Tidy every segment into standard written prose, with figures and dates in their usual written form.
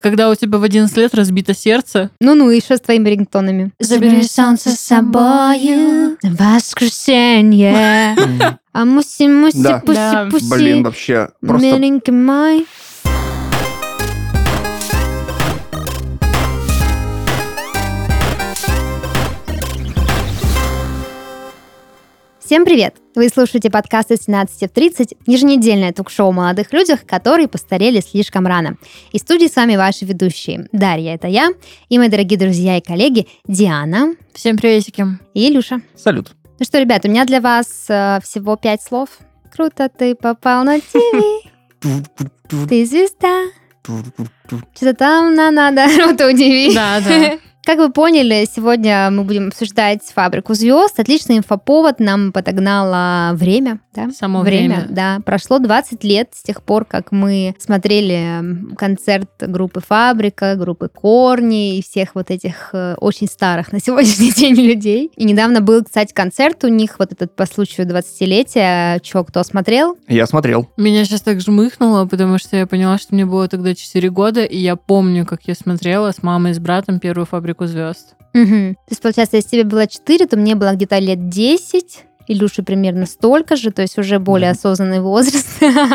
когда у тебя в 11 лет разбито сердце. Ну-ну, и что с твоими рингтонами? Забери солнце с собою. Воскресенье. А муси-муси, Да. пуси-пуси. Блин, вообще просто... Миленький мой. Всем привет! Вы слушаете подкаст из 17 в 30, еженедельное ток-шоу о молодых людях, которые постарели слишком рано. И в студии с вами ваши ведущие. Дарья, это я, и мои дорогие друзья и коллеги Диана. Всем приветики. И Илюша. Салют. Ну что, ребят, у меня для вас всего 5 слов. Круто ты попал на ТВ, ты звезда. Что-то там надо, рот удиви. Да. Как вы поняли, сегодня мы будем обсуждать «Фабрику звезд». Отличный инфоповод нам подогнало время. Да? Само время. Да. Прошло 20 лет с тех пор, как мы смотрели концерт группы «Фабрика», группы «Корни» и всех вот этих очень старых на сегодняшний день людей. И недавно был, кстати, концерт у них, вот этот по случаю 20-летия. Кто смотрел? Я смотрел. Меня сейчас так жмыхнуло, потому что я поняла, что мне было тогда 4 года, и я помню, как я смотрела с мамой и с братом первую «Фабрику звезд». Угу. То есть, получается, если тебе было 4, то мне было где-то лет 10, Илюше примерно столько же, то есть уже более осознанный возраст.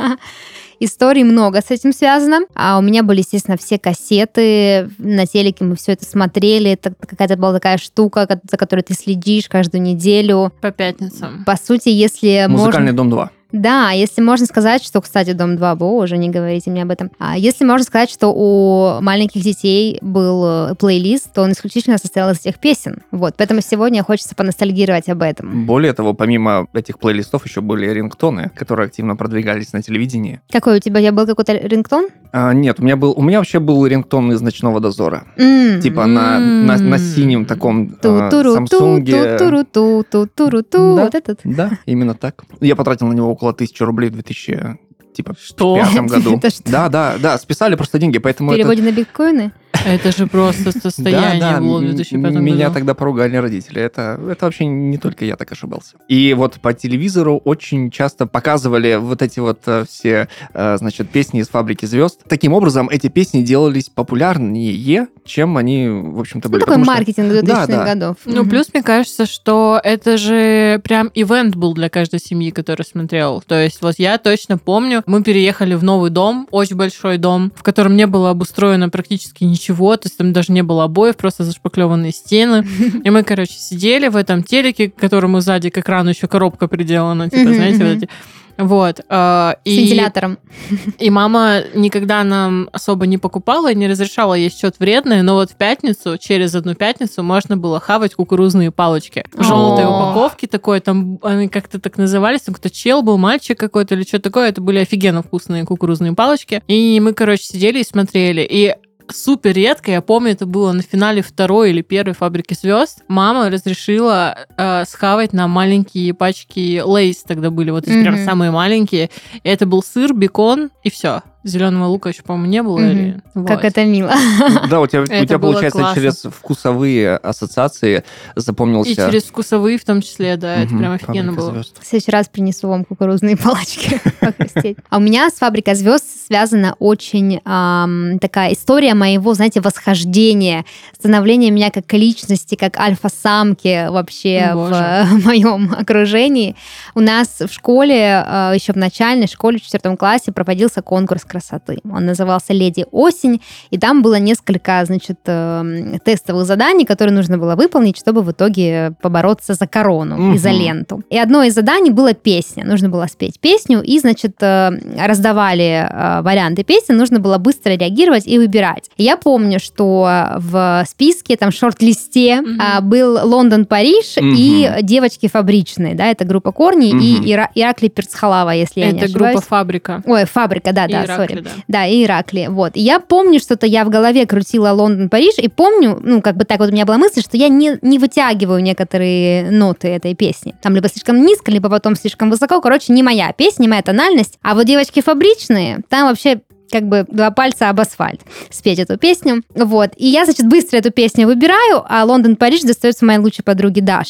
Историй много с этим связано. А у меня были, естественно, все кассеты. На телеке мы все это смотрели. Это какая-то была такая штука, за которой ты следишь каждую неделю. По пятницам. По сути, если Музыкальный дом 2. Да, если можно сказать, что, кстати, Дом 2, боже, не говорите мне об этом. А если можно сказать, что у маленьких детей был плейлист, то он исключительно состоял из этих песен. Вот, поэтому сегодня хочется поностальгировать об этом. Более того, помимо этих плейлистов еще были рингтоны, которые активно продвигались на телевидении. Какой у тебя был какой-то рингтон? Нет, у меня вообще был рингтон из «Ночного дозора». Типа на синем таком Самсунге. Ту-туру-ту, вот этот. Да, именно так. Я потратил на него около 1000 рублей в 2005 Что? году. Это что? Да, списали просто деньги, В поэтому переводе на биткоины? Это же просто состояние было в 2005 году. Меня тогда поругали родители. Это вообще не только я так ошибался. И вот по телевизору очень часто показывали вот эти вот все, значит, песни из «Фабрики звезд». Таким образом, эти песни делались популярнее, чем они, в общем-то, были. Такой маркетинг 2000-х годов. Ну, плюс, мне кажется, что это же прям ивент был для каждой семьи, которая смотрела. То есть вот я точно помню, мы переехали в новый дом, очень большой дом, в котором не было обустроено практически ничего, то есть там даже не было обоев, просто зашпаклеванные стены. И мы, короче, сидели в этом телеке, к которому сзади к экрану еще коробка приделана, типа, знаете, вот эти... Вот. С вентилятором. И мама никогда нам особо не покупала и не разрешала есть что-то вредное, но вот в пятницу, через одну пятницу, можно было хавать кукурузные палочки. В желтой упаковке такой, там они как-то так назывались, там кто-то чел был, мальчик какой-то или что-то такое, это были офигенно вкусные кукурузные палочки. И мы, короче, сидели и смотрели. И супер редко, я помню, это было на финале 2 или 1 «Фабрики звезд». Мама разрешила схавать нам маленькие пачки Лейс, тогда были вот эти прям самые маленькие. И это был сыр, бекон и все. Зеленого лука еще, по-моему, не было. Как это мило. Да, у тебя получается, через вкусовые ассоциации запомнился... И через вкусовые в том числе, да, это прям офигенно было. В следующий раз принесу вам кукурузные палочки похрустеть. А у меня с «Фабрикой звезд» связана очень такая история моего, знаете, восхождения, становления меня как личности, как альфа-самки вообще в моем окружении. У нас в школе, еще в начальной школе, в 4 классе проводился конкурс красоты. Он назывался «Леди Осень», и там было несколько, значит, тестовых заданий, которые нужно было выполнить, чтобы в итоге побороться за корону и за ленту. И одно из заданий было песня. Нужно было спеть песню, и, значит, раздавали варианты песен, нужно было быстро реагировать и выбирать. И я помню, что в списке, там, шорт-листе был «Лондон-Париж» и «Девочки фабричные», да, это группа «Корни» и Ираклий Перцхалава, если я не ошибаюсь. Это группа «Фабрика». Ой, «Фабрика», да, сори. Да. Да, и Ираклий. Вот. И я помню, что-то я в голове крутила «Лондон-Париж», и помню, ну, как бы так вот у меня была мысль, что я не вытягиваю некоторые ноты этой песни. Там либо слишком низко, либо потом слишком высоко. Короче, не моя песня, не моя тональность. А вот «Девочки фабричные», там вообще как бы 2 пальца об асфальт спеть эту песню. Вот. И я, значит, быстро эту песню выбираю, а «Лондон-Париж» достается моей лучшей подруге Даше.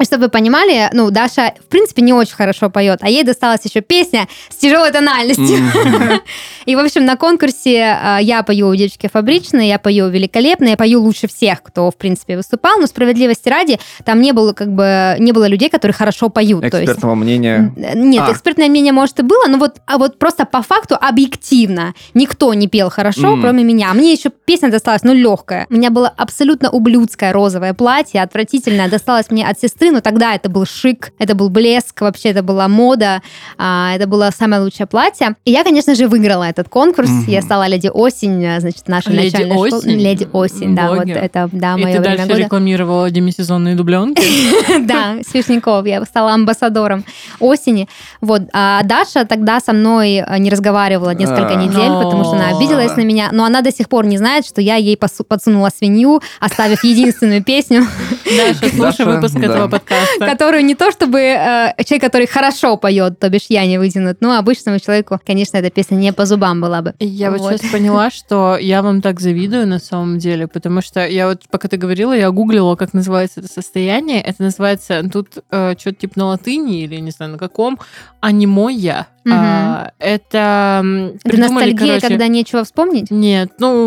Чтобы вы понимали, Даша, в принципе, не очень хорошо поет, а ей досталась еще песня с тяжелой тональностью. И, в общем, на конкурсе я пою у девочки фабричной, я пою великолепно, я пою лучше всех, кто, в принципе, выступал, но справедливости ради, там не было людей, которые хорошо поют. Экспертного мнения? Нет, экспертное мнение, может, и было, но вот просто по факту объективно никто не пел хорошо, кроме меня. Мне еще песня досталась, легкая. У меня было абсолютно ублюдское розовое платье, отвратительное, досталось мне от сестры, но тогда это был шик, это был блеск, вообще это была мода, это было самое лучшее платье. И я, конечно же, выиграла этот конкурс. Я стала леди Осень, значит, нашей начальной школы. Леди Осень, да, вот это, да, мое время года. И ты дальше рекламировала демисезонные дубленки? Да, с Вишняков. Я стала амбассадором осени. Вот. А Даша тогда со мной не разговаривала несколько недель, потому что она обиделась на меня. Но она до сих пор не знает, что я ей подсунула свинью, оставив единственную песню. Даша, слушай выпуск этого подкаста. Которую не то чтобы человек, который хорошо поет, то бишь я не вытянут, но обычному человеку, конечно, эта песня не по зубам была бы. Я вот сейчас поняла, что я вам так завидую на самом деле, потому что я вот, пока ты говорила, я гуглила, как называется это состояние. Это называется, тут что-то типа на латыни или не знаю на каком, анимоя. Это ностальгия, когда нечего вспомнить? Нет,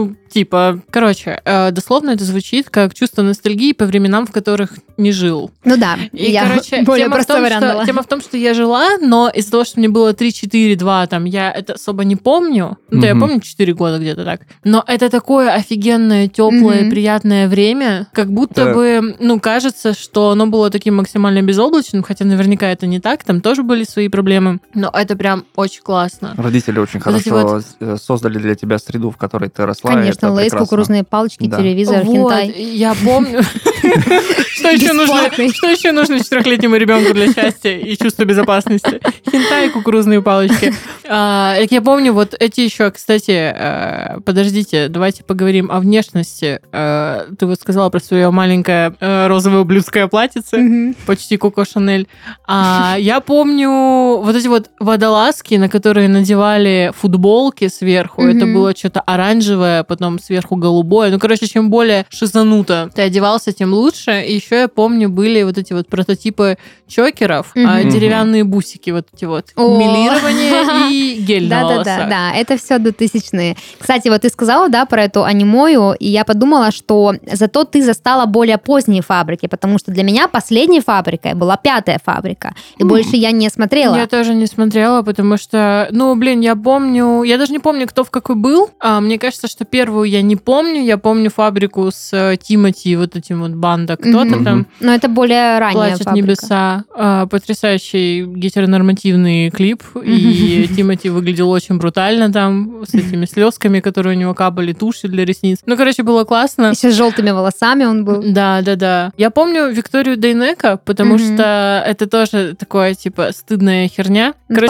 дословно это звучит как чувство ностальгии по временам, в которых не жил. Ну да, и, более простой вариант дала. Тема в том, что я жила, но из-за того, что мне было 3, 4, 2, я это особо не помню. Я помню 4 года где-то так. Но это такое офигенное, теплое, приятное время, как будто бы, кажется, что оно было таким максимально безоблачным, хотя наверняка это не так, там тоже были свои проблемы, но это прям очень классно. Родители очень хорошо создали для тебя среду, в которой ты росла. Конечно, лейс, кукурузные палочки, телевизор, хентай. Я помню. Что еще нужно 4-летнему ребенку для счастья и чувства безопасности? Хентай и кукурузные палочки. Я помню, вот эти еще, кстати, подождите, давайте поговорим о внешности. Ты вот сказала про свое маленькое розовое ублюдское платьице, почти Коко Шанель. Я помню вот эти вот водолазки, на которые надевали футболки сверху. Это было что-то оранжевое, потом сверху голубое. Чем более шизануто ты одевался, тем лучше. И еще я помню, были вот эти вот прототипы чокеров, деревянные бусики, вот эти вот, милирование и гель на волосах. Да, это все 2000-е. Кстати, вот ты сказала, да, про эту анимою, и я подумала, что зато ты застала более поздние фабрики, потому что для меня последней фабрикой была 5-я фабрика, и больше я не смотрела. Я тоже не смотрела, потому что, я помню, я даже не помню, кто в какой был. Мне кажется, что первую я не помню. Я помню фабрику с Тимати, вот этим вот банда, кто-то там. Но это более ранняя фабрика. Небеса. Потрясающий гетеронормативный клип. И Тимати выглядел очень брутально там, с этими слезками, которые у него капали, туши для ресниц. Было классно. Еще с желтыми волосами он был. Да. Я помню Викторию Дейнеко, потому что это тоже такое, типа, стыдная херня.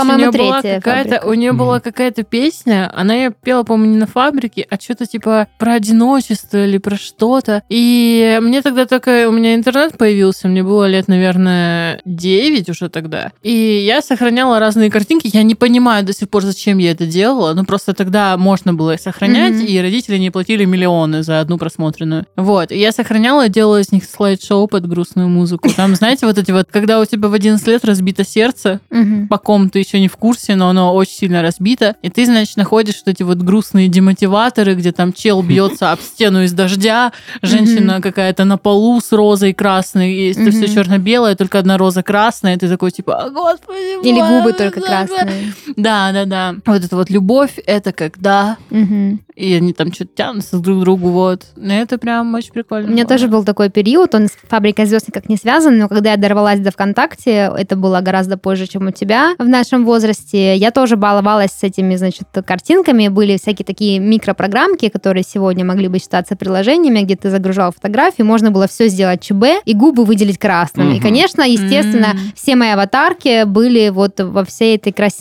У нее была какая-то песня, она ее пела, по-моему, не на фабрике, а что-то типа про одиночество или про что-то. И мне тогда только... У меня интернет появился, мне было лет, наверное, 9 уже тогда. И я сохраняла разные картинки. Я не понимаю до сих пор, зачем я это делала. Просто тогда можно было их сохранять, и родители не платили миллионы за одну просмотренную. Вот. И я сохраняла, делала из них слайд-шоу под грустную музыку. Там, знаете, вот эти вот, когда у тебя в 11 лет разбито сердце, по ком ты еще не в курсе, но оно очень сильно разбито, и ты, значит, находишь вот эти вот грустные демотиваторы, где там чел бьется об стену из дождя, женщина какая-то на полу с розой красной, и это все черно-белое, только одна роза красная, и ты такой, типа, господи, или губы только красные. Да. Вот эта вот любовь, это когда... И они там что-то тянутся друг к другу, вот. Это прям очень прикольно. У меня тоже был такой период, он с «Фабрикой звезд» никак не связан, но когда я дорвалась до ВКонтакте, это было гораздо позже, чем у тебя в нашем возрасте, я тоже баловалась с этими, значит, картинками, были всякие такие микропрограммки, которые сегодня могли бы считаться приложениями, где ты загружал фотографии, можно было все сделать ЧБ и губы выделить красным. И, конечно, естественно, все мои аватарки были вот во всей этой красе.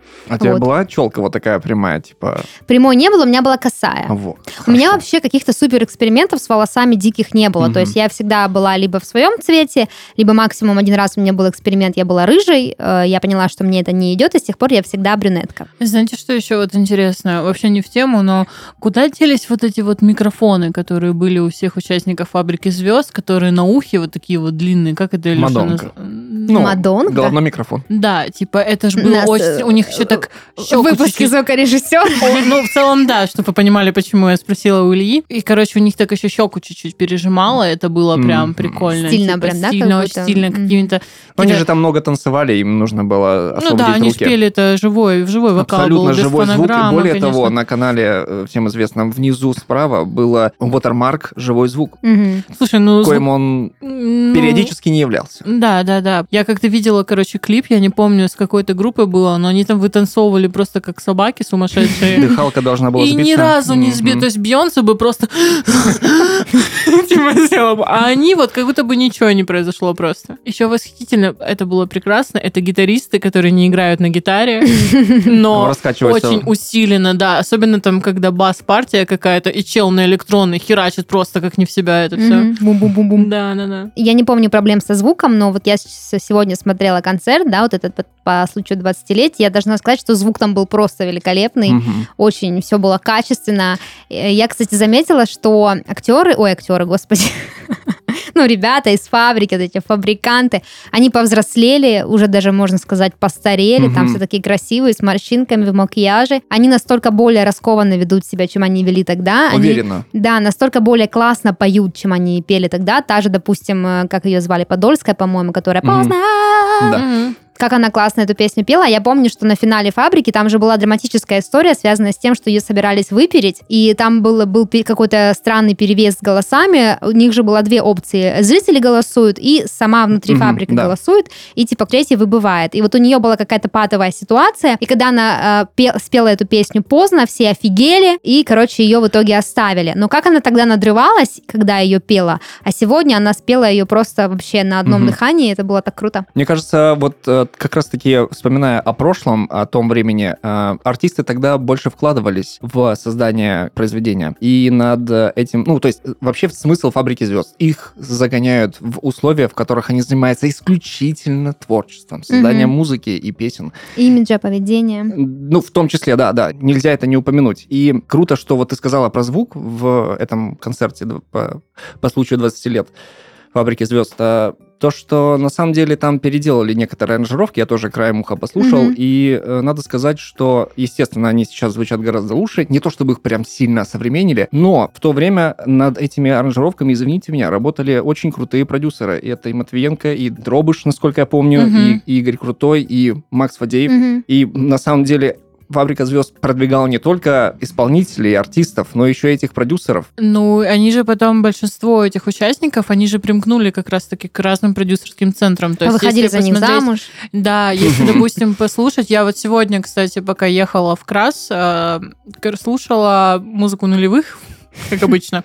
А у тебя Вот. была челка вот такая прямая, типа... Прямой не было, у меня была косая. Вот, У меня хорошо. вообще каких-то супер экспериментов с волосами диких не было. То есть я всегда была либо в своем цвете, либо максимум один раз у меня был эксперимент, я была рыжей. Я поняла, что мне это не идет, и с тех пор я всегда брюнетка. Знаете, что еще вот интересно? Вообще не в тему, но куда делись вот эти вот микрофоны, которые были у всех участников «Фабрики звезд», которые на ухе вот такие вот длинные, как это, Илюша, Мадонка. Ну, Мадонка? Головной микрофон. да, типа это же было Нас, очень... У них еще так щеку Выпуск чуть-чуть- звукорежиссер. Ну, в целом, да, чтобы вы понимали, почему я спросила у Ильи. И, короче, у них так еще щеку чуть-чуть пережимало, это было прям прикольно. Стильно Типа, прям, да, стильно, как очень будто? стильно, какими-то... Но они же там много танцевали, им нужно было Ну освободить да, они руки. же пели это живой вокал Абсолютно был, без живой звук. И фонограммы, более конечно. того, на канале, всем известном, внизу справа было watermark «Живой звук», Мгм. Слушай, ну... коим он ну, периодически не являлся. Да. Я как-то видела, короче, клип, я не помню, с какой-то группой было, но они там вытанцовывали просто как собаки сумасшедшие. Дыхалка должна была И сбиться. ни разу не сбит. То есть Бейонсе бы просто типа сделала бы. А они вот как будто бы ничего не произошло просто. Еще восхитительно, это было прекрасно. Это гитаристы, которые не играют на гитаре, но Раскачивается. очень усиленно, да. Особенно там, когда бас-партия какая-то, и чел на электронной херачит просто как не в себя это все. Мгм. Бум-бум-бум-бум. Да. Я не помню проблем со звуком, но вот я сегодня смотрела концерт, да, вот этот по случаю 20-летия. Я должна сказать, что звук там был просто великолепный. Мгм. Очень все было качественно. Я, кстати, заметила, что актеры, господи, ну, ребята из «Фабрики», вот эти фабриканты, они повзрослели, уже даже, можно сказать, постарели, там Мгм. все такие красивые, с морщинками, в макияже. Они настолько более раскованно ведут себя, чем они вели тогда. Они, Уверенно. да, настолько более классно поют, чем они пели тогда. Та же, допустим, как ее звали, Подольская, по-моему, которая Мгм. «Поздно». Да. Мгм. Как она классно эту песню пела. Я помню, что на финале «Фабрики» там же была драматическая история, связанная с тем, что ее собирались выпереть, и там был какой-то странный перевес с голосами. У них же было две опции. Зрители голосуют, и сама внутри Мгм, «Фабрика» да. голосует, и типа третий выбывает. И вот у нее была какая-то патовая ситуация, и когда она спела эту песню поздно, все офигели, и, короче, ее в итоге оставили. Но как она тогда надрывалась, когда ее пела, а сегодня она спела ее просто вообще на одном Мгм. дыхании, это было так круто. Мне кажется, вот как раз-таки, вспоминая о прошлом, о том времени, артисты тогда больше вкладывались в создание произведения. И над этим, ну, то есть вообще смысл «Фабрики звезд». Их загоняют в условия, в которых они занимаются исключительно творчеством, созданием музыки и песен. Имиджа, поведение. Ну, в том числе, да, нельзя это не упомянуть. И круто, что вот ты сказала про звук в этом концерте по случаю 20 лет «Фабрики звезд». То, что на самом деле там переделали некоторые аранжировки, я тоже краем уха послушал, Мгм. и надо сказать, что, естественно, они сейчас звучат гораздо лучше. Не то, чтобы их прям сильно осовременили, но в то время над этими аранжировками, извините меня, работали очень крутые продюсеры. И это и Матвиенко, и Дробыш, насколько я помню, Мгм. и Игорь Крутой, и Макс Фадеев. Мгм. И на самом деле «Фабрика звезд» продвигала не только исполнителей, артистов, но еще и этих продюсеров. Ну, они же потом, большинство этих участников, они же примкнули как раз-таки к разным продюсерским центрам. То есть, Выходили если за них посмотреть- замуж. Да, если, допустим, послушать, я вот сегодня, кстати, пока ехала в Крас, слушала музыку нулевых, как обычно,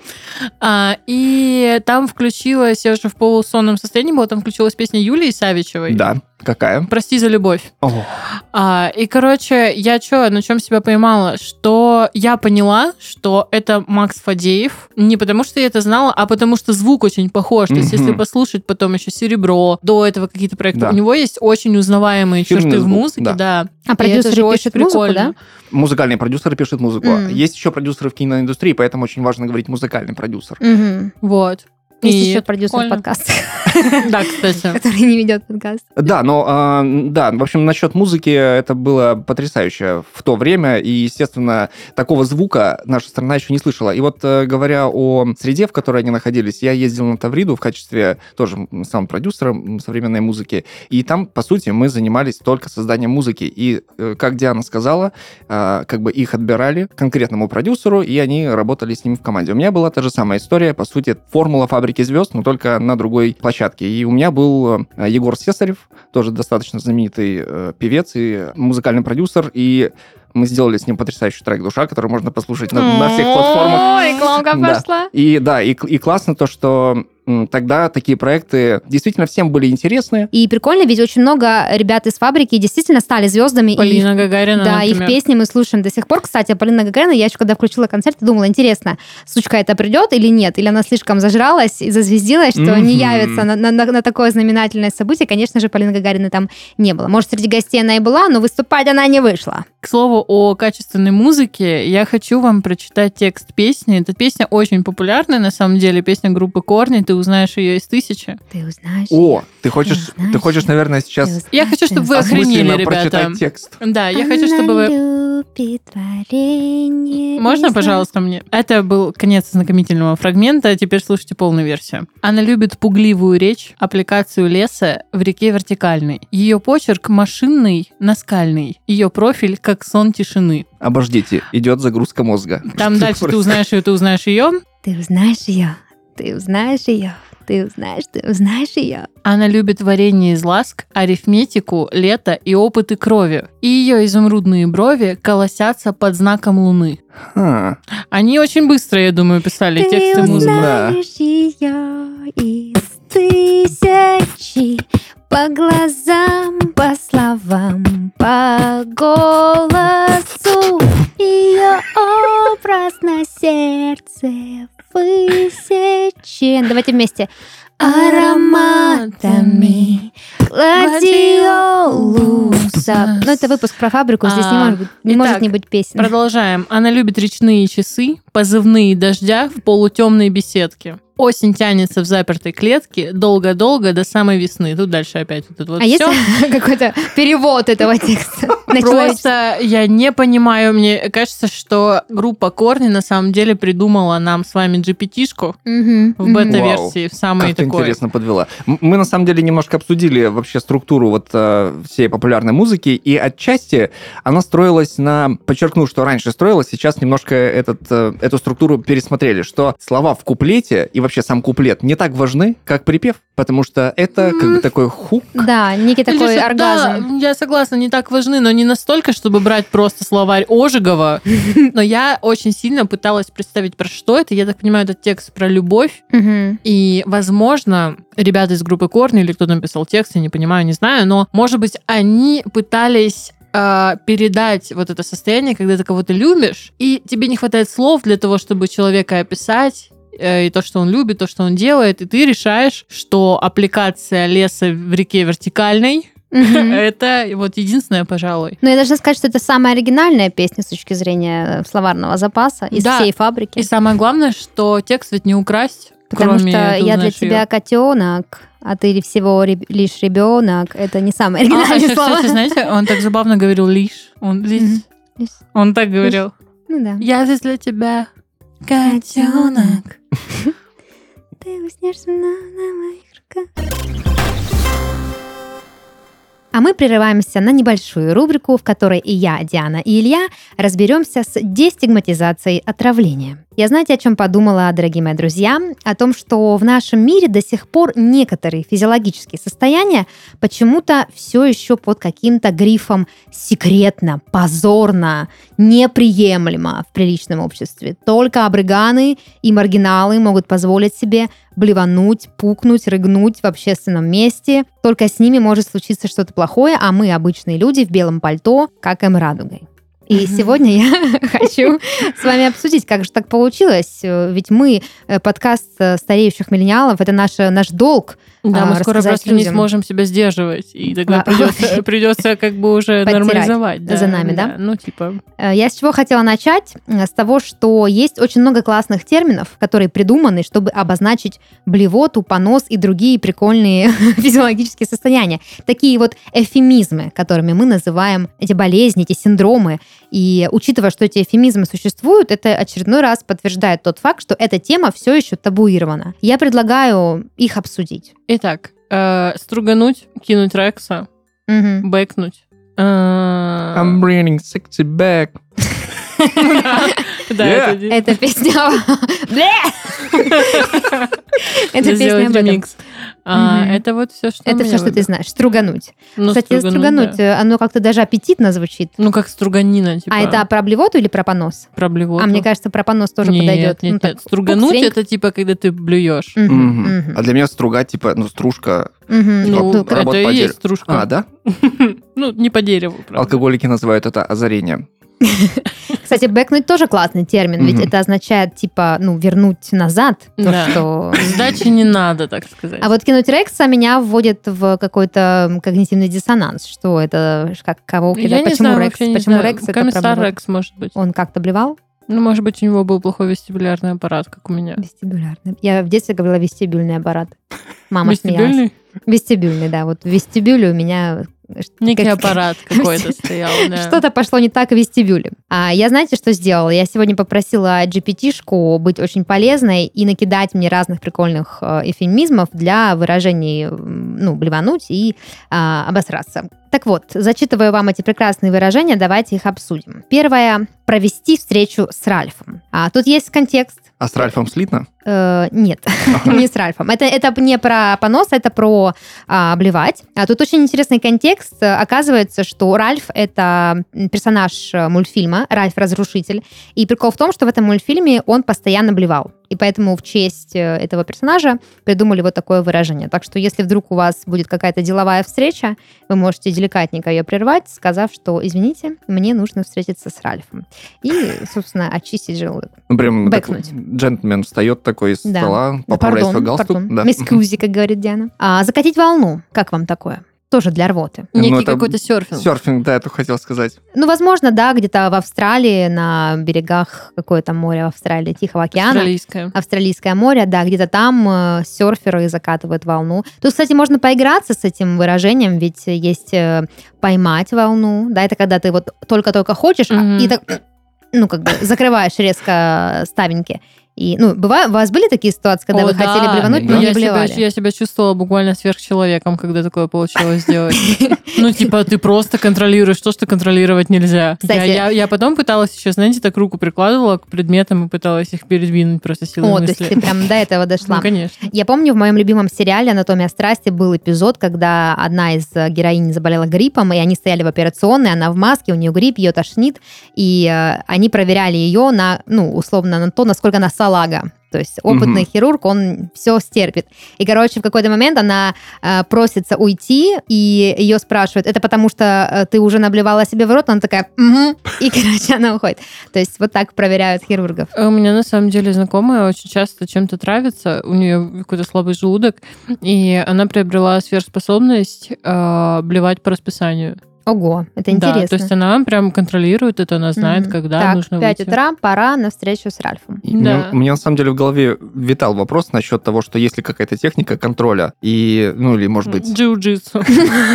и там включилась, я уже в полусонном состоянии была, там включилась песня Юлии Савичевой. Да, какая? «Прости за любовь». О, И, короче, я на чем себя поймала? Что я поняла, что это Макс Фадеев. Не потому, что я это знала, а потому, что звук очень похож. То есть, Мгм. если послушать потом еще «Серебро», до этого какие-то проекты, Да. у него есть очень узнаваемые Фирменный черты в звук, музыке, да. да. А И это продюсеры же очень пишут музыку, прикольно. да? музыкальный продюсер пишет музыку. Есть еще продюсеры в киноиндустрии, поэтому очень важно говорить «музыкальный продюсер». Мгм. Вот. Есть И еще это продюсер прикольно. подкаста, Да, кстати. который не ведет подкаст. Да, но, да, в общем, насчет музыки это было потрясающе в то время, и, естественно, такого звука наша страна еще не слышала. И вот, говоря о среде, в которой они находились, я ездил на Тавриду в качестве тоже сам продюсера современной музыки, и там, по сути, мы занимались только созданием музыки. И, как Диана сказала, как бы их отбирали конкретному продюсеру, и они работали с ним в команде. У меня была та же самая история, по сути, формула «Фабрики звезд», но только на другой площадке. И у меня был Егор Сесарев, тоже достаточно знаменитый певец и музыкальный продюсер, и мы сделали с ним потрясающий трек «Душа», который можно послушать на всех платформах. О, рекламка Да. пошла. И да, и классно то, что тогда такие проекты действительно всем были интересны. И прикольно, ведь очень много ребят из «Фабрики» действительно стали звездами. Полина Гагарина, да, например. их песни мы слушаем до сих пор. Кстати, Полина Гагарина, я еще когда включила концерт, думала, интересно, сучка это придет или нет? Или она слишком зажралась и зазвездилась, что не явится на такое знаменательное событие? Конечно же, Полины Гагариной там не было. Может, среди гостей она и была, но выступать она не вышла. К слову о качественной музыке, я хочу вам прочитать текст песни. Эта песня очень популярная, на самом деле, песня группы «Корни». Ты узнаешь ее из 1000. Ты узнаешь. О, ты хочешь, наверное, сейчас Я хочу, чтобы вы охренели, осмысленно ребята. прочитать текст. Да, я хочу, чтобы вы... Любит варенье. Можно, пожалуйста, мне? Это был конец знакомительного фрагмента, теперь слушайте полную версию. Она любит пугливую речь, аппликацию леса в реке вертикальной. Ее почерк машинный, наскальный. Ее профиль как сон тишины. Обождите, идет загрузка мозга. Там дальше ты узнаешь ее, ты узнаешь ее. Ты узнаешь ее. Ты узнаешь ее. Ты узнаешь ее. Она любит варенье из ласк, арифметику, лето и опыты крови. И ее изумрудные брови колосятся под знаком луны. Они очень быстро, я думаю, писали тексты музыки. Ты узнаешь ее из 1000 по глазам, по словам, по голосу. Ее образ на сердце высечен. Давайте вместе. Ароматами гладиолуса. Ну, это выпуск про «Фабрику», здесь не может не быть песен. Продолжаем. Она любит речные часы, позывные дождя в полутемной беседке. Осень тянется в запертой клетке долго-долго до самой весны. Тут дальше опять вот это вот есть все. какой-то перевод этого текста? Просто я не понимаю, мне кажется, что группа «Корни» на самом деле придумала нам с вами GPT-шку в бета-версии, в самой как ты такой. интересно подвела. Мы на самом деле немножко обсудили вообще структуру вот всей популярной музыки, и отчасти она строилась подчеркну, что раньше строилась, сейчас немножко эту структуру пересмотрели, что слова в куплете и вообще сам куплет не так важны, как припев, потому что это как бы такой хук. Да, некий такой оргазм. Да, я согласна, не так важны, но не настолько, чтобы брать просто словарь Ожегова. Но я очень сильно пыталась представить, про что это. Я так понимаю, этот текст про любовь. И, возможно, ребята из группы «Корни» или кто написал текст, я не понимаю, не знаю, но, может быть, они пытались передать вот это состояние, когда ты кого-то любишь, и тебе не хватает слов для того, чтобы человека описать, и то, что он любит, то, что он делает, и ты решаешь, что аппликация леса в реке вертикальной это вот единственное, пожалуй. Но я должна сказать, что это самая оригинальная песня с точки зрения словарного запаса из всей «Фабрики». И самое главное, что текст ведь не украсть. Потому что «Я для тебя котенок», а ты всего лишь ребенок. Это не самые оригинальные слова. Кстати, знаете, он так забавно говорил «лишь». Он так говорил. Ну да. «Я здесь для тебя котенок». Ты уснешь на моих руках. А мы прерываемся на небольшую рубрику, в которой и я, Диана, и Илья разберемся с дестигматизацией отравления. Я знаете, о чем подумала, дорогие мои друзья? О том, что в нашем мире до сих пор некоторые физиологические состояния почему-то все еще под каким-то грифом «секретно», «позорно», «неприемлемо» в приличном обществе. Только абриганы и маргиналы могут позволить себе блевануть, пукнуть, рыгнуть в общественном месте. Только с ними может случиться что-то плохое, а мы, обычные люди в белом пальто, как им радугой. И сегодня я хочу с вами обсудить, как же так получилось. Ведь мы, подкаст стареющих миллениалов, это наш долг. Да, мы скоро просто не сможем себя сдерживать, и тогда придется как бы уже нормализовать. За нами, да? Ну, типа. Я с чего хотела начать? С того, что есть очень много классных терминов, которые придуманы, чтобы обозначить блевоту, понос и другие прикольные физиологические состояния. Такие вот эвфемизмы, которыми мы называем эти болезни, эти синдромы. И учитывая, что эти эвфемизмы существуют, это очередной раз подтверждает тот факт, что эта тема все еще табуирована. Я предлагаю их обсудить. Итак, стругануть, кинуть Рекса, бэкнуть. I'm bringing sexy back. Да, это песня... Это песня об этом. А Мгм. это вот все, что Это мне все, что ты выдает. знаешь. Стругануть. Ну, Кстати, стругануть, да. оно как-то даже аппетитно звучит. Ну, как струганина, типа. А это про блевоту или про понос? про блевоту. А мне кажется, про понос тоже нет, подойдет. Нет, Ну, так, нет. Стругануть пук, срень. это типа, когда ты блюешь. Мгм, Мгм. мгм, А для меня стругать, типа, стружка. мгм. Ну, Ну, это работа и по есть дереву. стружка. А, да? Ну, не по дереву, правда. Алкоголики называют это озарением. Кстати, бэкнуть тоже классный термин, ведь Мгм. это означает, типа, ну, вернуть назад то, Да. что... Сдачи не надо, так сказать. А вот кинуть Рекса меня вводит в какой-то когнитивный диссонанс. Что это? Как кого Я кидать? не Почему знаю, Рекс? вообще не Почему знаю. Рекс это Комиссар проблема? Рекс, может быть. Он как-то блевал? Ну, может быть, у него был плохой вестибулярный аппарат, как у меня. Вестибулярный. Я в детстве говорила вестибюльный аппарат. Мама смеялась. Вестибюльный? Вестибюльный, да. Вот в вестибюле у меня... Некий как- аппарат какой-то стоял, да. Что-то пошло не так в вестибюле. А я, знаете, что сделала? Я сегодня попросила GPT-шку быть очень полезной и накидать мне разных прикольных эвфемизмов для выражений, ну, блевануть и обосраться. Так вот, зачитываю вам эти прекрасные выражения, давайте их обсудим. Первое – провести встречу с Ральфом. Тут есть контекст. А с Ральфом слитно? Нет, не с Ральфом. Это не про понос, это про блевать. Тут очень интересный контекст. Оказывается, что Ральф — это персонаж мультфильма, Ральф Разрушитель. И прикол в том, что в этом мультфильме он постоянно блевал. И поэтому в честь этого персонажа придумали вот такое выражение. Так что если вдруг у вас будет какая-то деловая встреча, вы можете деликатненько ее прервать, сказав, что, извините, мне нужно встретиться с Ральфом. И, собственно, очистить желудок. Ну, прям так Бэкнуть. джентльмен встает такой из Да. стола, поправляет свой галстук. Пардон. Да. Мискузи, как говорит Диана. Закатить волну. Как вам такое? Тоже для рвоты. Ну, Некий это какой-то серфинг. Серфинг, да, это хотел сказать. Ну, возможно, да, где-то в Австралии, на берегах какое-то море в Австралии, Тихого океана. Австралийская. Австралийское море, да, где-то там серферы закатывают волну. Тут, кстати, можно поиграться с этим выражением, ведь есть поймать волну, да, это когда ты вот только-только хочешь, Мгм. и так, ну, как бы закрываешь резко ставеньки. И, ну, бывает, у вас были такие ситуации, когда О, вы да. хотели блевануть, но Да. не я блевали? я себя чувствовала буквально сверхчеловеком, когда такое получилось сделать. Ну, типа, ты просто контролируешь то, что контролировать нельзя. Кстати- Я потом пыталась еще, знаете, так руку прикладывала к предметам и пыталась их передвинуть просто силой О, то есть мысли. ты прям до этого дошла. Ну, конечно. Я помню, в моем любимом сериале «Анатомия страсти» был эпизод, когда одна из героинь заболела гриппом, и они стояли в операционной, она в маске, у нее грипп, ее тошнит, и они проверяли ее на, ну, условно, на то, насколько она салага. То есть опытный хирург, он все стерпит. И, короче, в какой-то момент она просится уйти, и ее спрашивают, это потому что ты уже наблевала себе в рот? Она такая, угу. И, короче, она уходит. То есть вот так проверяют хирургов. У меня, на самом деле, знакомая очень часто чем-то травится, у нее какой-то слабый желудок, и она приобрела сверхспособность блевать по расписанию. Ого, это Да, интересно. то есть она прям контролирует это, она знает, Мгм. когда так, нужно 5 выйти. утра, пора на встречу с Ральфом. И Да. у меня на самом деле в голове витал вопрос насчет того, что есть ли какая-то техника контроля, и, ну, или, может быть, Джиу-джитсу.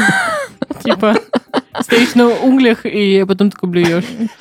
Типа, стоишь на углях и потом такой блюешь.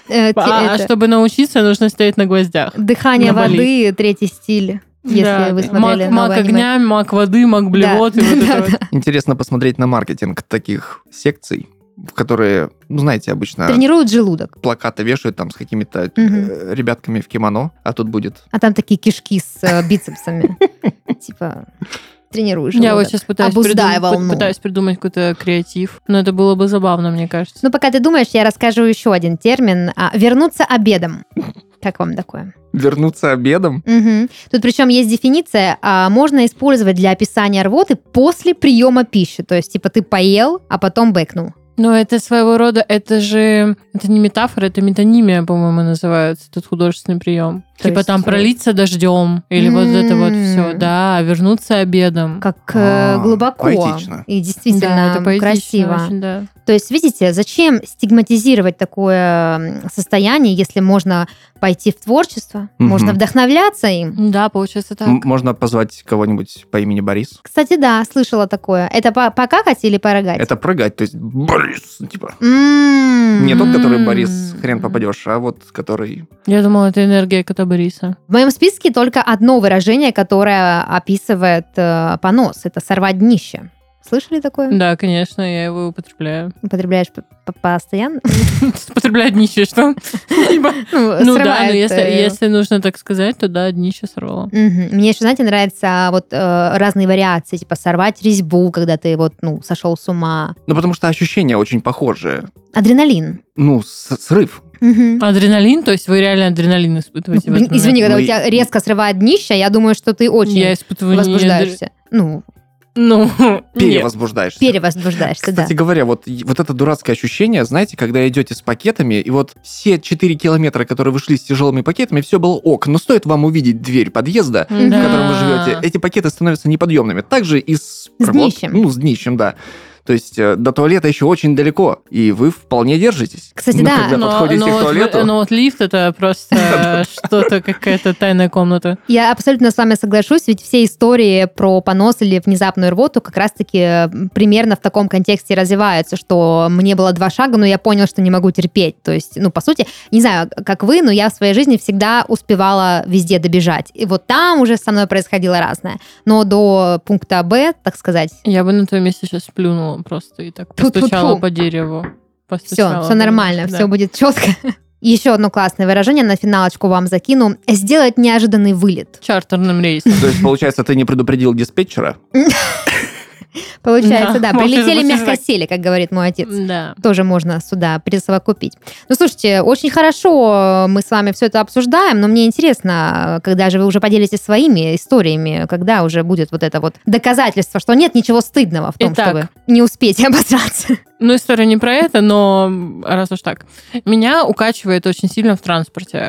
А чтобы научиться, нужно стоять на гвоздях. Дыхание на Бали. воды, третий стиль. Если Да, вы да. смотрели Маг новое аниме. огня, маг воды, маг блевот и вот это вот. интересно посмотреть на маркетинг таких секций, в которые, ну, знаете, обычно Тренируют желудок. плакаты вешают там с какими-то Мгм. ребятками в кимоно, а тут будет... А там такие кишки с бицепсами. Типа, тренируешь Я вот желудок. сейчас пытаюсь Обуздай волну. придумать какой-то креатив, но это было бы забавно, мне кажется. Ну, пока ты думаешь, я расскажу еще один термин. Вернуться обедом. Как вам такое? Вернуться обедом? Мгм. Тут причем есть дефиниция, можно использовать для описания рвоты после приема пищи. То есть, типа, ты поел, а потом бэкнул. Но это своего рода, это не метафора, это метонимия, по-моему, называется, этот художественный прием. То Типа есть, там пролиться дождем, или вот это вот все, М. да, вернуться обедом. Как А, глубоко поэтично. и действительно Да, это поэтично красиво. очень, да. То есть, видите, зачем стигматизировать такое состояние, если можно пойти в творчество, Мгм. можно вдохновляться им? Да, получается так. Можно позвать кого-нибудь по имени Борис. Кстати, да, слышала такое. Это покакать или порыгать? Это прыгать, то есть Борис, типа. М. Не тот, который Борис, хрен попадешь, а вот который... Я думала, это энергия кота Бориса. В моем списке только одно выражение, которое описывает понос. Это сорвать днище. Слышали такое? Да, конечно, я его употребляю. Употребляешь постоянно? Употребляю днище, что? Ну да, но Срывает, если нужно так сказать, то да, днище сорвало. Мне еще, знаете, нравятся вот разные вариации, типа сорвать резьбу, когда ты вот, сошел с ума. Ну, потому что ощущения очень похожие. Адреналин. Ну, срыв. Адреналин, то есть вы реально адреналин испытываете в этот момент? Извини, когда у тебя резко срывает днище, я думаю, что ты очень Я испытываю возбуждаешься. нет. Перевозбуждаешься. Перевозбуждаешься, да. Кстати говоря, вот это дурацкое ощущение, знаете, когда идете с пакетами, и вот все 4 километра, которые вы шли с тяжелыми пакетами, все было ок. Но стоит вам увидеть дверь подъезда, в котором вы живете, эти пакеты становятся неподъемными. Также и с днищем. Ну, с днищем, да. То есть до туалета еще очень далеко, и вы вполне держитесь. Кстати, но да. когда подходите к туалету... Но вот лифт это просто что-то, какая-то тайная комната. Я абсолютно с вами соглашусь, ведь все истории про понос или внезапную рвоту как раз-таки примерно в таком контексте развиваются, что мне было 2 шага, но я понял, что не могу терпеть. То есть, по сути, не знаю, как вы, но я в своей жизни всегда успевала везде добежать. И вот там уже со мной происходило разное. Но до пункта Б, так сказать... Я бы на твоем месте сейчас плюнула просто и так постучала по дереву. Все нормально, да. все будет четко. Еще одно классное выражение на финалочку вам закину. Сделать неожиданный вылет. Чартерным рейсом. То есть, получается, ты не предупредил диспетчера? Получается, да. Прилетели, может, мягко сели, как говорит мой отец. Да. Тоже можно сюда присовокупить. Ну, слушайте, очень хорошо мы с вами все это обсуждаем, но мне интересно, когда же вы уже поделитесь своими историями, когда уже будет вот это вот доказательство, что нет ничего стыдного в том, Итак. чтобы не успеть обосраться. Ну, история не про это, но раз уж так. Меня укачивает очень сильно в транспорте.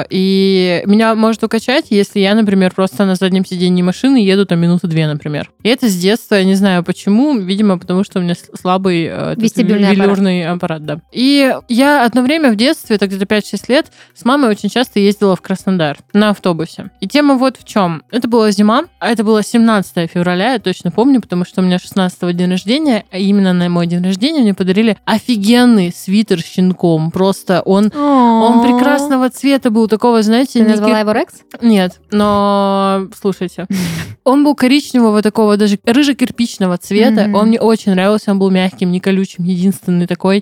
И меня может укачать, если я, например, просто на заднем сиденье машины еду там 2 минуты, например. И это с детства, я не знаю почему, видимо, потому что у меня слабый велюрный аппарат, да. И я одно время в детстве, это где-то 5-6 лет, с мамой очень часто ездила в Краснодар на автобусе. И тема вот в чем. Это была зима, а это было 17 февраля, я точно помню, потому что у меня 16-го день рождения, а именно на мой день рождения мне подарили офигенный свитер с щенком. Просто он прекрасного цвета был, такого, знаете... Ты назвала его Рекс? Нет, но слушайте. Он был коричневого такого, даже рыже-кирпичного цвета. Он мне очень нравился, он был мягким, не колючим, единственный такой.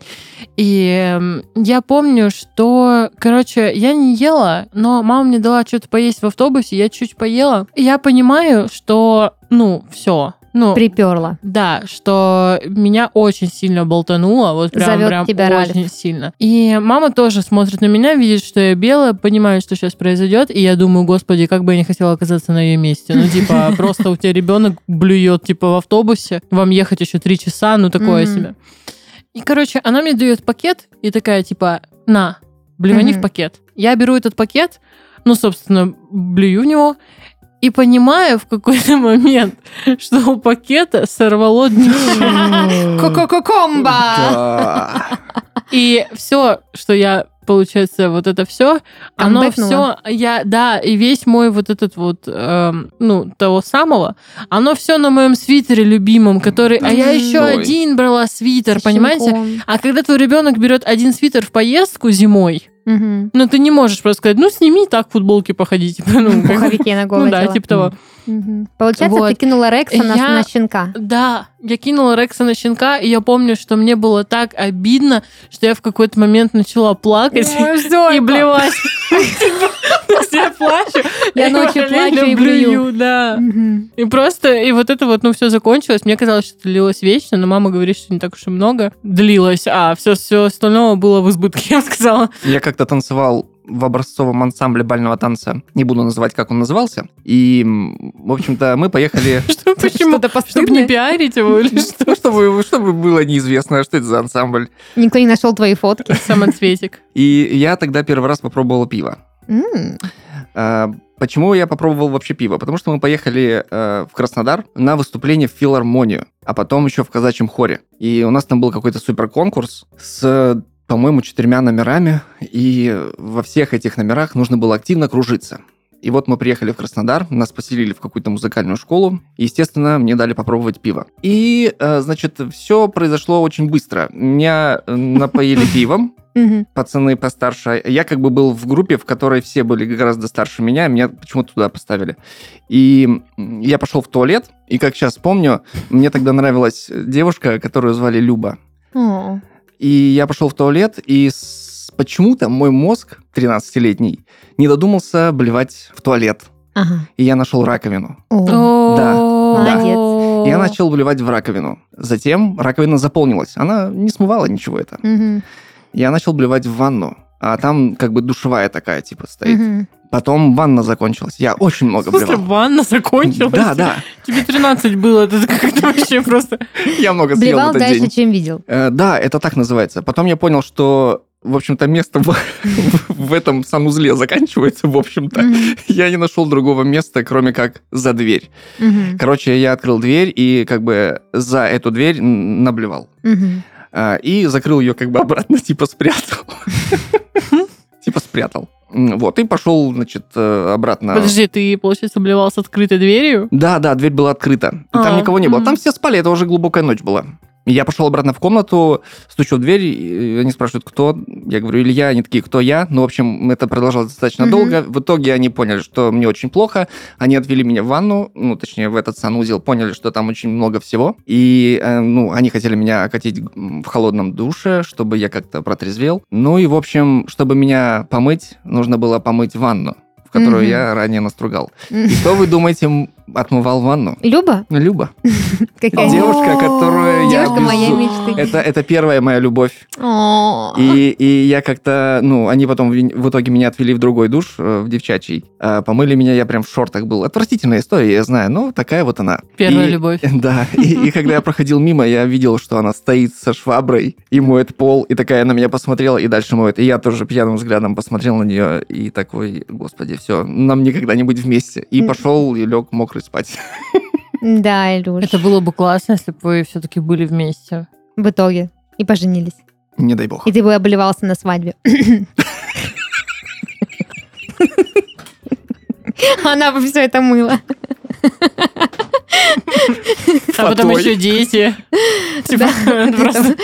И я помню, что, короче, я не ела, но мама мне дала что-то поесть в автобусе, я чуть поела. И я понимаю, что, все. Приперла. Да, что меня очень сильно болтануло, вот прям тебя очень Ральф. сильно. И мама тоже смотрит на меня, видит, что я белая, понимает, что сейчас произойдет, и я думаю, господи, как бы я не хотела оказаться на ее месте. Просто у тебя ребенок блюет, в автобусе, вам ехать еще 3 часа, такое себе. И, короче, она мне дает пакет, и такая, на, блевани в пакет. Я беру этот пакет, собственно, блюю в него, и понимаю в какой-то момент, что у пакета сорвало днище. Ко-ко-ко-комбо! И все, что я, получается, вот это все, оно все, и весь мой вот этот вот, того самого, оно все на моем свитере любимом, который, а я еще один брала свитер, понимаете? А когда твой ребенок берет один свитер в поездку зимой, ты не можешь просто сказать, сними так в футболке походи. Пуховики на голое тело. Типа того. Получается, ты кинула Рекса на щенка. Да, я кинула Рекса на щенка, и я помню, что мне было так обидно, что я в какой-то момент начала плакать и блевать. Я плачу. Я ночью плачу и блюю. Да. И просто, и вот это вот, все закончилось. Мне казалось, что это длилось вечно, но мама говорит, что не так уж и много длилось, а все остальное было в избытке, я бы сказала. Я как-то танцевал в образцовом ансамбле бального танца. Не буду называть, как он назывался. И, в общем-то, мы поехали... Почему? Чтобы не пиарить его или что? Чтобы было неизвестно, что это за ансамбль. Никто не нашел твои фотки. Самоцветик. И я тогда первый раз попробовала пиво. Почему я попробовал вообще пиво? Потому что мы поехали в Краснодар на выступление в филармонию, а потом еще в казачьем хоре. И у нас там был какой-то суперконкурс с, по-моему, 4 номерами, и во всех этих номерах нужно было активно кружиться. И вот мы приехали в Краснодар, нас поселили в какую-то музыкальную школу, и, естественно, мне дали попробовать пиво. И, все произошло очень быстро. Меня напоили пивом, Мгм. пацаны постарше. Я как бы был в группе, в которой все были гораздо старше меня, почему-то туда поставили. И я пошел в туалет, и как сейчас помню, мне тогда нравилась девушка, которую звали Люба. О. И я пошел в туалет, и почему-то мой мозг, 13-летний, не додумался блевать в туалет. Ага. И я нашел раковину. О. Да. Молодец. И я начал блевать в раковину. Затем раковина заполнилась. Она не смывала ничего это. Мгм. Я начал блевать в ванну. А там как бы душевая такая, типа, стоит. Мгм. Потом ванна закончилась. Я очень много В смысле, блевал. ванна закончилась? Да. Тебе 13 было, это как-то вообще просто... Я много съел в Блевал этот дальше, день. чем видел. Да, это так называется. Потом я понял, что, в общем-то, место в этом санузле заканчивается, в общем-то. Мгм. Я не нашел другого места, кроме как за дверь. Мгм. Короче, я открыл дверь и как бы за эту дверь наблевал. Мгм. И закрыл ее как бы обратно, типа спрятал. Типа спрятал. Вот, и пошел, значит, обратно. Подожди, ты, получается, блевал с открытой дверью? Да, дверь была открыта. И там никого не было. Там все спали, это уже глубокая ночь была. Я пошел обратно в комнату, стучу в дверь, и они спрашивают, кто? Я говорю, Илья, они такие, кто я? Ну, в общем, это продолжалось достаточно долго. В итоге они поняли, что мне очень плохо. Они отвели меня в ванну, ну, точнее, в этот санузел, поняли, что там очень много всего. И, они хотели меня окатить в холодном душе, чтобы я как-то протрезвел. Ну, и, в общем, чтобы меня помыть, нужно было помыть ванну, в которую я ранее настругал. И кто, вы думаете, отмывал ванну? Люба? Люба. Какая Девушка, которую я... Девушка моей мечты. Это первая моя любовь. О. И я как-то... они потом в итоге меня отвели в другой душ, в девчачий. Помыли меня, я прям в шортах был. Отвратительная история, я знаю, но такая вот она. Первая любовь. Да. И когда я проходил мимо, я видел, что она стоит со шваброй и моет пол, и такая на меня посмотрела, и дальше моет. И я тоже пьяным взглядом посмотрел на нее, и такой, господи, все, нам никогда не быть вместе. И пошел, и лег мокрый спать. Да, Илюш. Это было бы классно, если бы вы все-таки были вместе. В итоге. И поженились. Не дай бог. И ты бы обливался на свадьбе. Она бы все это мыла. А потом Фатой. еще дети. Типа, Да, просто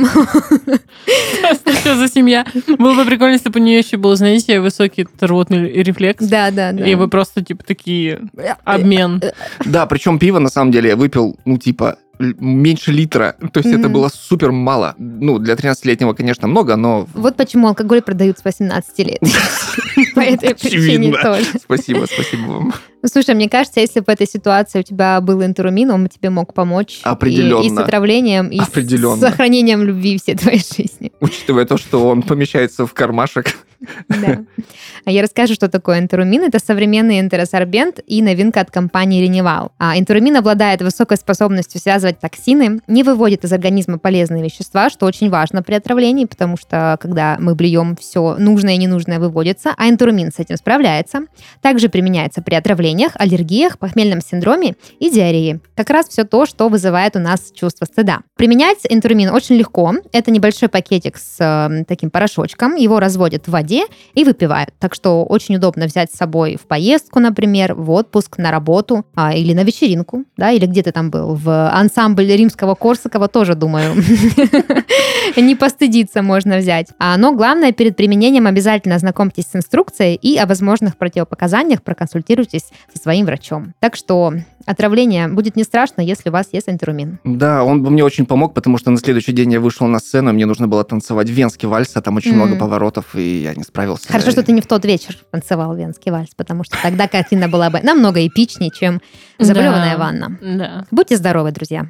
что за семья. Было бы прикольно, если бы у нее еще был, знаете, высокий рвотный рефлекс. Да. И вы просто, типа, такие... Обмен. Да, причем пиво, на самом деле, я выпил, меньше литра. То есть это было супер мало. Для 13-летнего, конечно, много, но... Вот почему алкоголь продают с 18 лет. По этой причине Очевидно. тоже. Спасибо вам. Слушай, мне кажется, если бы в этой ситуации у тебя был энтерумин, он бы тебе мог помочь Определенно. и с отравлением, и с Определенно. сохранением любви всей твоей жизни. Учитывая то, что он помещается в кармашек. Да. А я расскажу, что такое энтерумин. Это современный энтеросорбент и новинка от компании Renival. Энтерумин обладает высокой способностью связывать токсины, не выводит из организма полезные вещества, что очень важно при отравлении, потому что когда мы блюем, все нужное и ненужное выводится, а энтерумин с этим справляется. Также применяется при отравлениях, аллергиях, похмельном синдроме и диарее. Как раз все то, что вызывает у нас чувство стыда. Применять энтерумин очень легко. Это небольшой пакетик с таким порошочком. Его разводят в воде и выпивают. Так что очень удобно взять с собой в поездку, например, в отпуск, на работу или на вечеринку, да, или где ты там был, в ансамбль Римского-Корсакова тоже, думаю, не постыдиться можно взять. Но главное, перед применением обязательно ознакомьтесь с инструкцией и о возможных противопоказаниях проконсультируйтесь со своим врачом. Так что отравление будет не страшно, если у вас есть энтерумин. Да, он бы мне очень помог, потому что на следующий день я вышел на сцену, и мне нужно было танцевать венский вальс, а там очень много поворотов, и я не справился. Хорошо, что ты не в тот вечер танцевал венский вальс, потому что тогда картина была бы намного эпичнее, чем заблеванная ванна. Да. Будьте здоровы, друзья.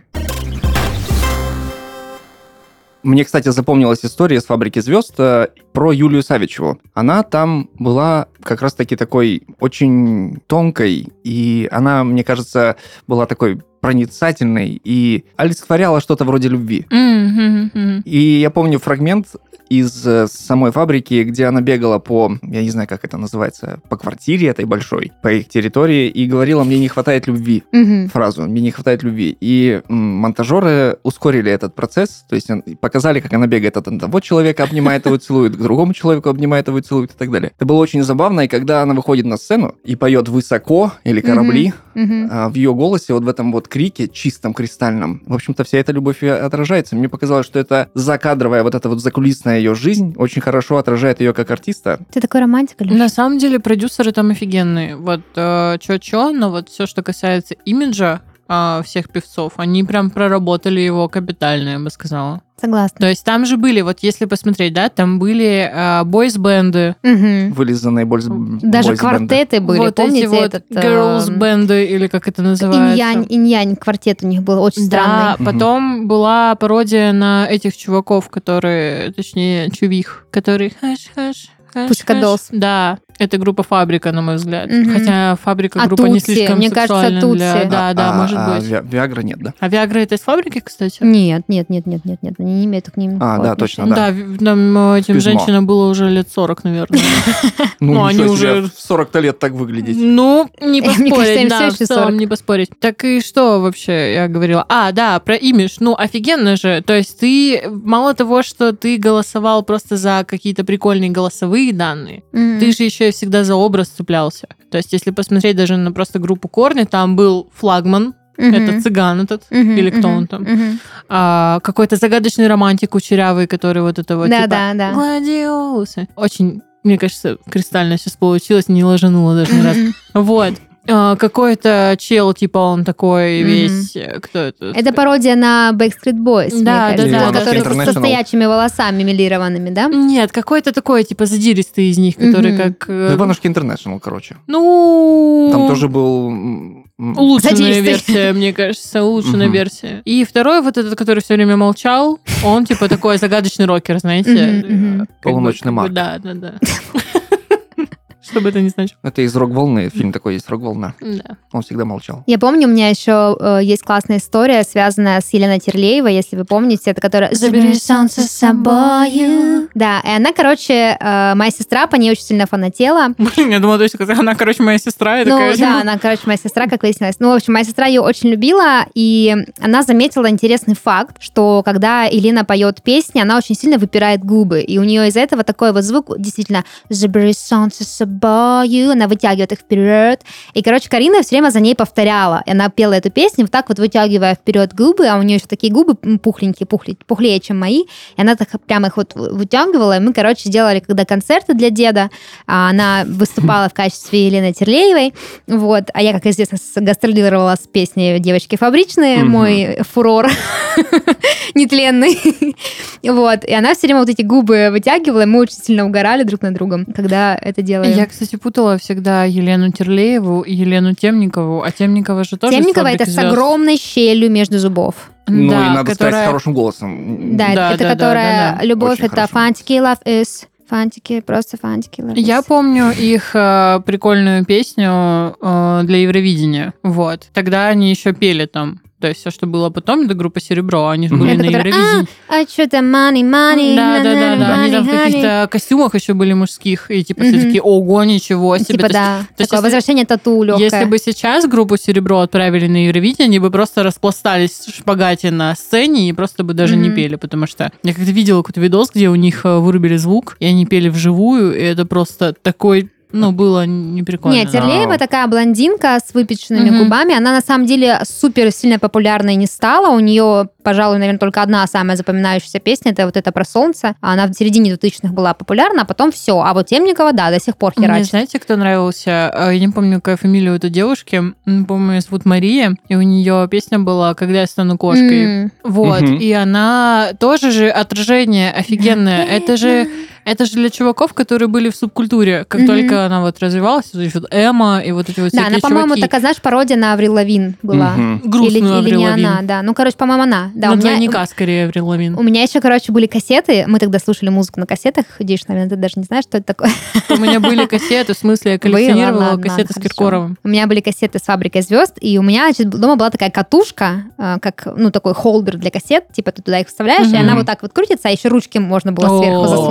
Мне, кстати, запомнилась история с «Фабрики звезд» про Юлию Савичеву. Она там была как раз-таки такой очень тонкой, и она, мне кажется, была такой проницательной и олицетворяла что-то вроде любви. И я помню фрагмент из самой фабрики, где она бегала по, я не знаю, как это называется, по квартире этой большой, по их территории, и говорила: «Мне не хватает любви». Фразу «Мне не хватает любви». И монтажеры ускорили этот процесс, то есть показали, как она бегает от одного человека, обнимает его, целует, к другому человеку обнимает его, целует и так далее. Это было очень забавно, и когда она выходит на сцену и поет «Высоко» или «Корабли», в ее голосе, вот в этом вот крике чистом, кристальном, в общем-то, вся эта любовь и отражается. Мне показалось, что это закадровая, вот эта вот закулисная ее жизнь очень хорошо отражает ее как артиста. Ты такой романтик, Илюш? На самом деле продюсеры там офигенные. Вот чё-чё, но вот все, что касается имиджа всех певцов, они прям проработали его капитально, я бы сказала. Согласна. То есть там же были, вот если посмотреть, да, там были бойс-бенды. Мгм. Вылизанные Даже бойс-бенды. квартеты были, вот помните эти вот этот... girls-бенды, или как это называется. Инь-янь квартет у них был очень странный. Да, потом была пародия на этих чуваков, которые, точнее, чувих, которые хэш-хэш. Pussycat Dolls. Да, это группа «Фабрика», на мой взгляд. Мгм. Хотя «Фабрика» А группа не Тутси? слишком Мне кажется, сексуальная Тутси. для... Да, может быть. Виагра нет, да? А «Виагра» это из «Фабрики», кстати? Нет, они не имеют к ним никакого да, отношения. точно, да. Да, там этим Пизмо. женщинам было уже лет 40, наверное. Ну, они ничего себе, уже- в 40-то лет так выглядеть. Ну, не Мне кажется, поспорить, им да, всё в еще целом 40. не поспорить. Так и что вообще я говорила? Да, про имидж. Ну, офигенно же. То есть ты, мало того, что ты голосовал просто за какие-то прикольные голосовые данные, Мгм. ты же еще и всегда за образ цеплялся. То есть если посмотреть даже на просто группу Корни, там был флагман, Мгм. это цыган этот, Мгм, или кто мгм, он там. мгм. Какой-то загадочный романтик кучерявый, который вот это вот Да, типа да. «Гладиолусы». Очень, мне кажется, кристально сейчас получилось, не ложанула даже ни разу. Вот. Какой-то чел, типа он такой Мгм. весь... Кто это? Это пародия на Backstreet Boys, мне Да, кажется, да, да, который International. со стоячими волосами милированными, да? Нет, какой-то такой, типа, задиристый из них, который Мгм. как... Иванушки Интернешнл, короче. Ну... Там тоже был... Улучшенная Задиристый. версия, мне кажется, улучшенная Мгм. версия. И второй, вот этот, который все время молчал, он типа такой загадочный рокер, знаете. Мгм, мгм. Как бы- Полуночный как бы, Марк. Да. Что бы это ни значило. Это из «Рок-волны», фильм такой есть «Рок-волна». Да. Он всегда молчал. Я помню, у меня еще есть классная история, связанная с Еленой Терлеевой, если вы помните, это которая... Забери солнце с собою. Да, и она, короче, моя сестра по ней очень сильно фанатела. Блин, я думала, то есть она, короче, моя сестра. Ну, да, она, короче, моя сестра, как выяснилось. Ну, в общем, моя сестра ее очень любила, и она заметила интересный факт, что когда Елена поет песни, она очень сильно выпирает губы, и у нее из-за этого такой вот звук, действительно, «Забери солнце с собою», она вытягивает их вперед. И, короче, Карина все время за ней повторяла. И она пела эту песню, вот так вот вытягивая вперед губы, а у нее еще такие губы пухленькие, пухлее, чем мои. И она так прямо их вот вытягивала. И мы, короче, делали, когда концерты для деда, она выступала в качестве Елены Терлеевой. Вот. А я, как известно, гастролировала с песней «Девочки фабричные», Мгм. мой фурор нетленный. Вот. И она все время вот эти губы вытягивала, и мы очень сильно угорали друг над другом, когда это делали. Я, кстати, путала всегда Елену Терлееву и Елену Темникову, а Темникова же тоже Темникова из это «Фабрики с звезд». огромной щелью между зубов. Ну, Да, и надо сказать, с которая- хорошим голосом. Да, Да, это да, которая да. любовь, Очень это хорошо. фантики, love is. Фантики, просто фантики, love is. Я помню их прикольную песню для Евровидения. Вот. Тогда они еще пели там. То есть все, что было потом, это группа «Серебро», они же были Это на которая, Евровидении. А что-то money. Да. Они там в каких-то костюмах еще были мужских. И типа все Мгм. такие, ого, ничего себе. Типа, То есть, да, то есть такое возвращение тату легкое. Если бы сейчас группу «Серебро» отправили на Евровидение, они бы просто распластались в шпагате на сцене и просто бы даже не Мгм. пели, потому что я как-то видела какой-то видос, где у них вырубили звук, и они пели вживую, и это просто такой... Ну, было неприкольно. Нет, Терлеева Да. такая блондинка с выпеченными Мгм. губами. Она на самом деле супер сильно популярной не стала. У нее, пожалуй, наверное, только одна самая запоминающаяся песня. Это вот это про солнце. Она в середине 2000-х была популярна, а потом все. А вот Темникова, да, до сих пор Мне, херачит. знаете, кто нравился? Я не помню, какая фамилия у этой девушки. По-моему, ее зовут Мария. И у нее песня была «Когда я стану кошкой». М. Вот. Мгм. И она тоже же отражение офигенное. Это же для чуваков, которые были в субкультуре. Как Мгм. только она вот развивалась, вот эти вот эмо и вот эти вот Да, всякие она, по-моему, чуваки. такая, знаешь, пародия на Аврил Лавин была. Мгм. Грустную или Аврил не Лавин. она, да. Ну, короче, по-моему, она. Да, На у меня- двойника скорее Аврил Лавин. У меня еще, короче, были кассеты. Мы тогда слушали музыку на кассетах. Диш, наверное, ты даже не знаешь, что это такое. У меня были кассеты, в смысле, я Было? коллекционировала Ладно, кассеты с хорошо. Киркоровым. У меня были кассеты с «Фабрикой звезд», и у меня, значит, дома была такая катушка, как, ну, такой холдер для кассет, типа ты туда их вставляешь, и Мгм. она вот так вот крутится, а еще ручки можно было сверху О. засунуть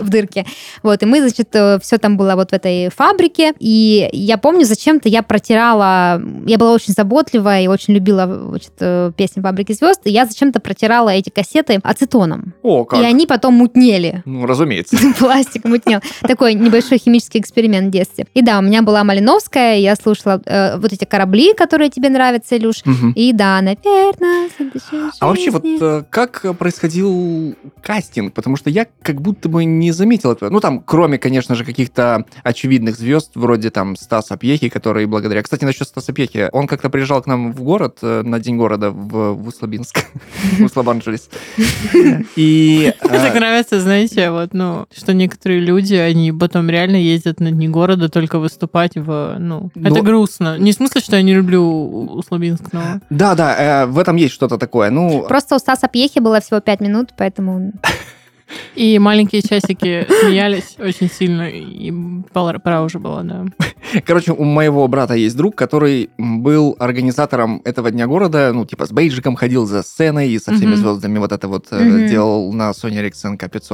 в дырке. Вот, и мы, значит, все там было вот в этой фабрике, и я помню, зачем-то я протирала, я была очень заботливая и очень любила, значит, песни «Фабрики звезд», и я зачем-то протирала эти кассеты ацетоном. О, как? И они потом мутнели. Ну, разумеется. Пластик мутнел. Такой небольшой химический эксперимент в детстве. И да, у меня была Малиновская, я слушала вот эти корабли, которые тебе нравятся, Илюш. И да, наверное, А вообще, вот как происходил кастинг? Потому что я как будто бы не заметил этого. Ну, там, кроме, конечно же, каких-то очевидных звезд, вроде там Стаса Пьехи, который благодаря... Кстати, насчет Стаса Пьехи. Он как-то приезжал к нам в город на День города в Услабинск, в Услаб-Анджелес. И... Мне так нравится, знаете, вот, ну, что некоторые люди, они потом реально ездят на Дни города только выступать в... Ну, это грустно. Не в смысле, что я не люблю Услабинск, но... Да, в этом есть что-то такое. Ну, Просто у Стаса Пьехи было всего 5 минут, поэтому... И маленькие часики смеялись очень сильно, и пора уже была, да. короче, у моего брата есть друг, который был организатором этого Дня города, ну, типа, с бейджиком ходил за сценой и со всеми звездами вот это вот делал на Sony Ericsson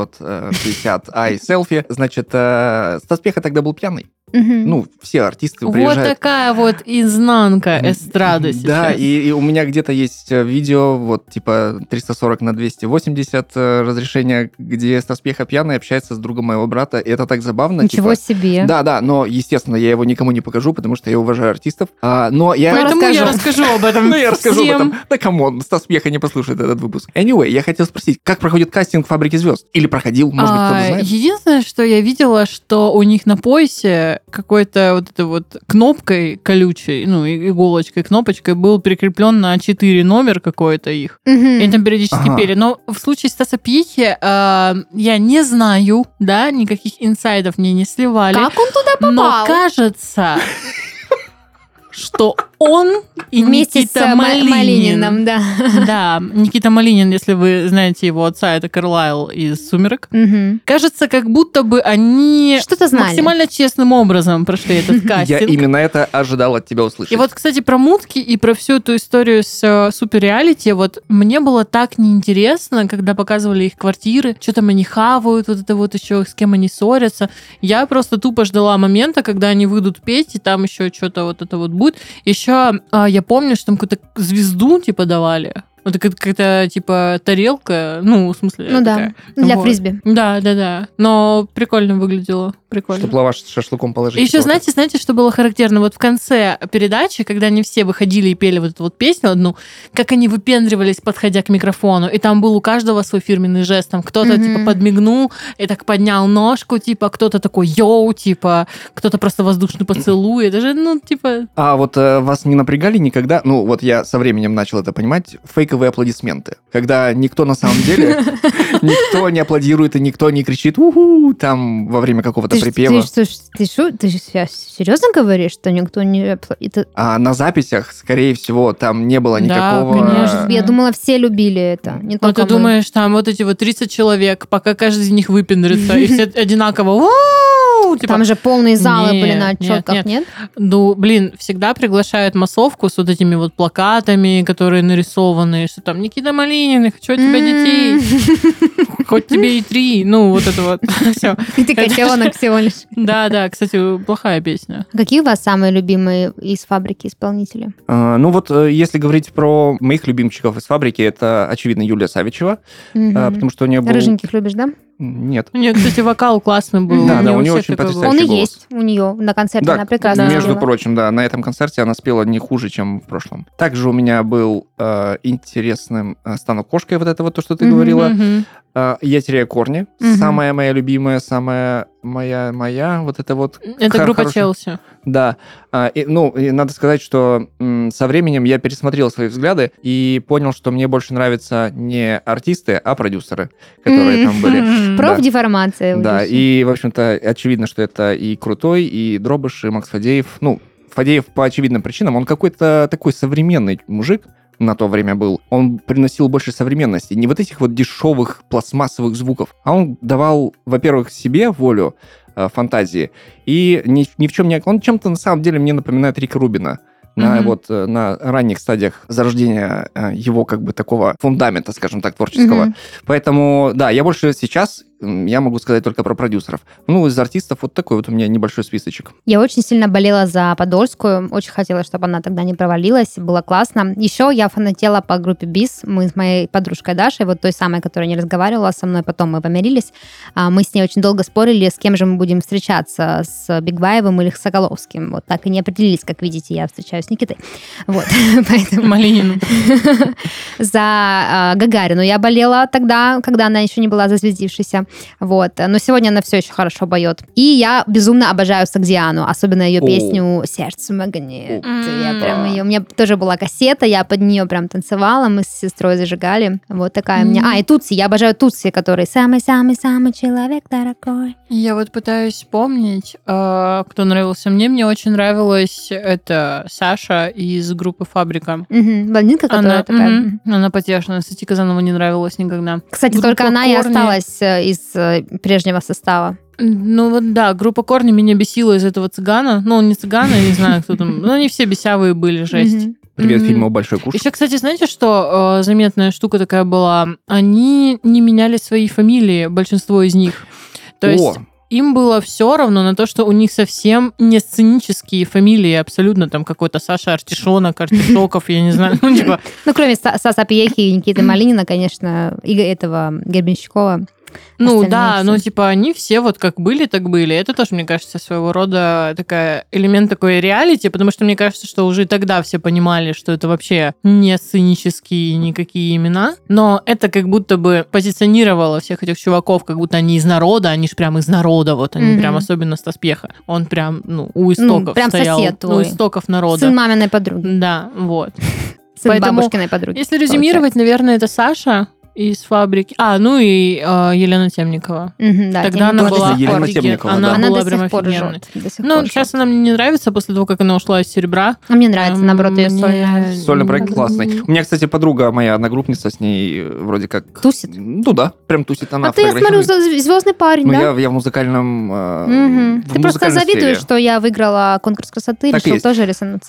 K560i селфи. Значит, Стас Пьеха тогда был пьяный. Ну, все артисты приезжают. Вот такая вот изнанка эстрады сейчас. Да, и у меня где-то есть видео, вот, типа, 340 на 280 разрешения, где Стас Пьеха пьяный общается с другом моего брата, и это так забавно. Ничего типа... себе. Да, но, естественно, я его никому не покажу, потому что я уважаю артистов. Но я... Поэтому я расскажу об этом. Ну, я расскажу об этом. Да, камон, Стас Пьеха не послушает этот выпуск. Anyway, я хотел спросить, как проходит кастинг «Фабрики звезд»? Или проходил, может быть, кто-то знает? Единственное, что я видела, что у них на поясе какой-то вот этой вот кнопкой колючей, ну, иголочкой, кнопочкой был прикреплен на 4 номер какой-то их. И они там периодически пели. Но в случае Стаса Пьехи я не знаю, да, никаких инсайдов мне не сливали. Как он туда попал? Но кажется, что он и вместе Никита с Малининым, да. Да, Никита Малинин, если вы знаете его отца, это Карлайл из «Сумерек». Кажется, как будто бы они что-то знали. Максимально честным образом прошли этот кастинг. Я именно это ожидал от тебя услышать. И вот, кстати, про мутки и про всю эту историю с суперреалити, вот мне было так неинтересно, когда показывали их квартиры, что там они хавают, вот это вот еще, с кем они ссорятся. Я просто тупо ждала момента, когда они выйдут петь, и там еще что-то вот это вот будет. Еще я помню, что там какую-то звезду типа давали. Вот какая-то типа тарелка, ну, в смысле... Ну такая. да, для фрисби. Да. Но прикольно выглядело. Прикольно. Чтобы лаваш с шашлыком положить. И еще, знаете, что было характерно? Вот в конце передачи, когда они все выходили и пели вот эту вот песню одну, как они выпендривались, подходя к микрофону, и там был у каждого свой фирменный жест. Там кто-то, типа, подмигнул и так поднял ножку, типа, кто-то такой йоу, типа, кто-то просто воздушный поцелуй. Это же, ну, типа... А вот вас не напрягали никогда? Ну, вот я со временем начал это понимать. Фейковые аплодисменты. Когда никто на самом деле, никто не аплодирует и никто не кричит «уху» там во время какого-то припева. Ты сейчас серьезно говоришь, что никто не... А на записях, скорее всего, там не было никакого... Да, конечно. Я думала, все любили это. Не Вот ты думаешь, там вот эти вот 30 человек, пока каждый из них выпендрится, и все одинаково... Типа, там же полные залы были на отчетках, нет? Ну, блин, всегда приглашают массовку с вот этими вот плакатами, которые нарисованы, что там Никита Малинин, хочу от тебя детей, хоть тебе и 3, ну, вот это вот все. И ты котенок всего лишь. Да, кстати, плохая песня. Какие у вас самые любимые из «Фабрики» исполнители? Ну вот, если говорить про моих любимчиков из «Фабрики», это, очевидно, Юлия Савичева, потому что у нее был... Рыженьких любишь, да? Нет. У нее, кстати, вокал классный был. Да, у нее очень потрясающий Он и голос. есть у нее на концерте, да, она прекрасно между спела. прочим, да, на этом концерте она спела не хуже, чем в прошлом. Также у меня был интересным «Стану кошкой», вот это вот то, что ты говорила. «Я теряю корни», самая моя любимая, самая моя, вот это вот. Это группа «Челси». Да. И надо сказать, что со временем я пересмотрел свои взгляды и понял, что мне больше нравятся не артисты, а продюсеры, которые там были. Профдеформация. Да, и, в общем-то, очевидно, что это и Крутой, и Дробыш, и Макс Фадеев. Ну, Фадеев по очевидным причинам, он какой-то такой современный мужик, на то время был, он приносил больше современности, не вот этих вот дешевых пластмассовых звуков, а он давал, во-первых, себе волю, фантазии, и ни в чем не... Он чем-то, на самом деле, мне напоминает Рика Рубина. На ранних стадиях зарождения его как бы такого фундамента, скажем так, творческого. Поэтому, да, я больше сейчас я могу сказать только про продюсеров. Ну, из артистов вот такой вот у меня небольшой списочек. Я очень сильно болела за Подольскую, очень хотела, чтобы она тогда не провалилась, было классно. Еще я фанатела по группе БИС, мы с моей подружкой Дашей, вот той самой, которая не разговаривала со мной, потом мы помирились, мы с ней очень долго спорили, с кем же мы будем встречаться, с Бигбаевым или с Соколовским. Вот так и не определились, как видите, я встречаюсь с Никитой. Вот, поэтому... Малинину. За Гагарину я болела тогда, когда она еще не была зазвездившейся. Вот. Но сегодня она все еще хорошо поет. И я безумно обожаю Согдиану, особенно ее песню «Сердце магнит». Я прям ее... У меня тоже была кассета, я под нее прям танцевала, мы с сестрой зажигали. Вот такая у меня... и Тутси, я обожаю Тутси, который самый-самый-самый человек дорогой. Я вот пытаюсь вспомнить, кто нравился мне. Мне очень нравилась это Саша из группы «Фабрика». Блондинка, которая такая... Она потешная. Кстати, Казанова не нравилась никогда. Кстати, Группа только она и «Корни». осталась из прежнего состава. Ну вот да, группа «Корни» меня бесила из этого цыгана. Ну, он не цыган, я не знаю, кто там. Ну, они все бесявые были, жесть. Привет фильму «Большой куш». Еще, кстати, знаете, что заметная штука такая была? Они не меняли свои фамилии, большинство из них. То есть им было все равно на то, что у них совсем не сценические фамилии, абсолютно там какой-то Саша Артишонок, Артишоков, я не знаю. Ну, типа... Ну, кроме Стаса Пьехи и Никиты Малинина, конечно, и этого Гербенщикова. Ну Остальные да, все. ну типа они все вот как были, так были. Это тоже, мне кажется, своего рода такая элемент такой реалити, потому что мне кажется, что уже тогда все понимали, что это вообще не сценические никакие имена, но это как будто бы позиционировало всех этих чуваков, как будто они из народа, они же прям из народа, вот они прям, особенно Стас Пьеха, он прям, ну, у истоков прям стоял, сосед твой. у истоков народа. Сын маминой подруги. Да, вот. Сын Поэтому, бабушкиной подруги. Если резюмировать, наверное, это Саша из «Фабрики». Ну и Елена Темникова. Да, Тогда она была Елена офигенная. Темникова, Она да. была до прям сих пор офигенной. жжет. До сих Ну, пор сейчас жжет. она мне не нравится после того, как она ушла из «Серебра». А мне нравится, наоборот, ее Мне- сольная. Сольный проект классный. У меня, кстати, подруга моя, одногруппница, с ней вроде как... Тусит? Ну да, прям тусит она. А ты, я смотрю, звездный парень, Ну, да? я в музыкальном... в Ты просто музыкальной завидуешь, сфере. что я выиграла конкурс красоты, Так и решил есть. тоже рисануться.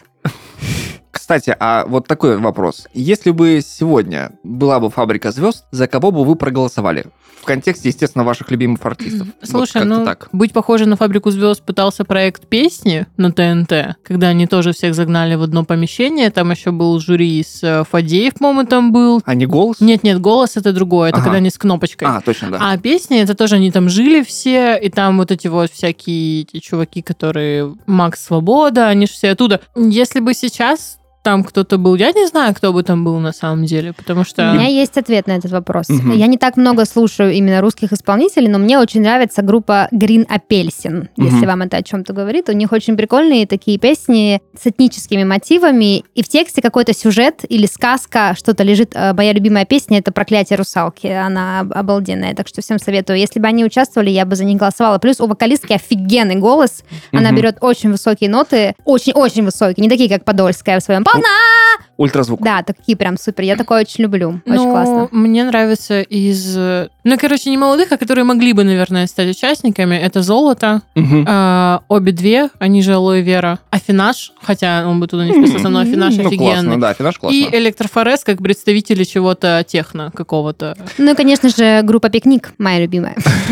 Кстати, а вот такой вопрос. Если бы сегодня была бы «Фабрика звезд», за кого бы вы проголосовали? В контексте, естественно, ваших любимых артистов. Слушай, вот как-то ну, так. быть похожей на «Фабрику звезд» пытался проект «Песни» на ТНТ, когда они тоже всех загнали в одно помещение. Там еще был жюри из Фадеев, по-моему, там был. А не голос? Нет, «Голос» — это другое. Это Ага. когда они с кнопочкой. Точно, да. А песни, это тоже они там жили все, и там вот эти вот всякие эти чуваки, которые Макс Свобода, они же все оттуда. Если бы сейчас там кто-то был, я не знаю, кто бы там был на самом деле, потому что... У меня есть ответ на этот вопрос. Мгм. Я не так много слушаю именно русских исполнителей, но мне очень нравится группа Green Апельсин, если вам это о чем-то говорит. У них очень прикольные такие песни с этническими мотивами, и в тексте какой-то сюжет или сказка, что-то лежит. Моя любимая песня — это «Проклятие русалки». Она обалденная, так что всем советую. Если бы они участвовали, я бы за них голосовала. Плюс у вокалистки офигенный голос. Она берет очень высокие ноты, очень-очень высокие, не такие, как Подольская в своем Ультразвук. Да, такие прям супер. Я такое очень люблю. Очень Ну, классно. мне нравится из... Ну, короче, не молодых, а которые могли бы, наверное, стать участниками. Это «Золото». Мгм. Обе две, они же «Алоэ Вера». Афинаж, хотя он бы туда не вписался, но Афинаж Ну, офигенный. классно, да, «Афинаж» классно. И Электрофорез как представители чего-то техно какого-то. Ну и, конечно же, группа «Пикник», моя любимая.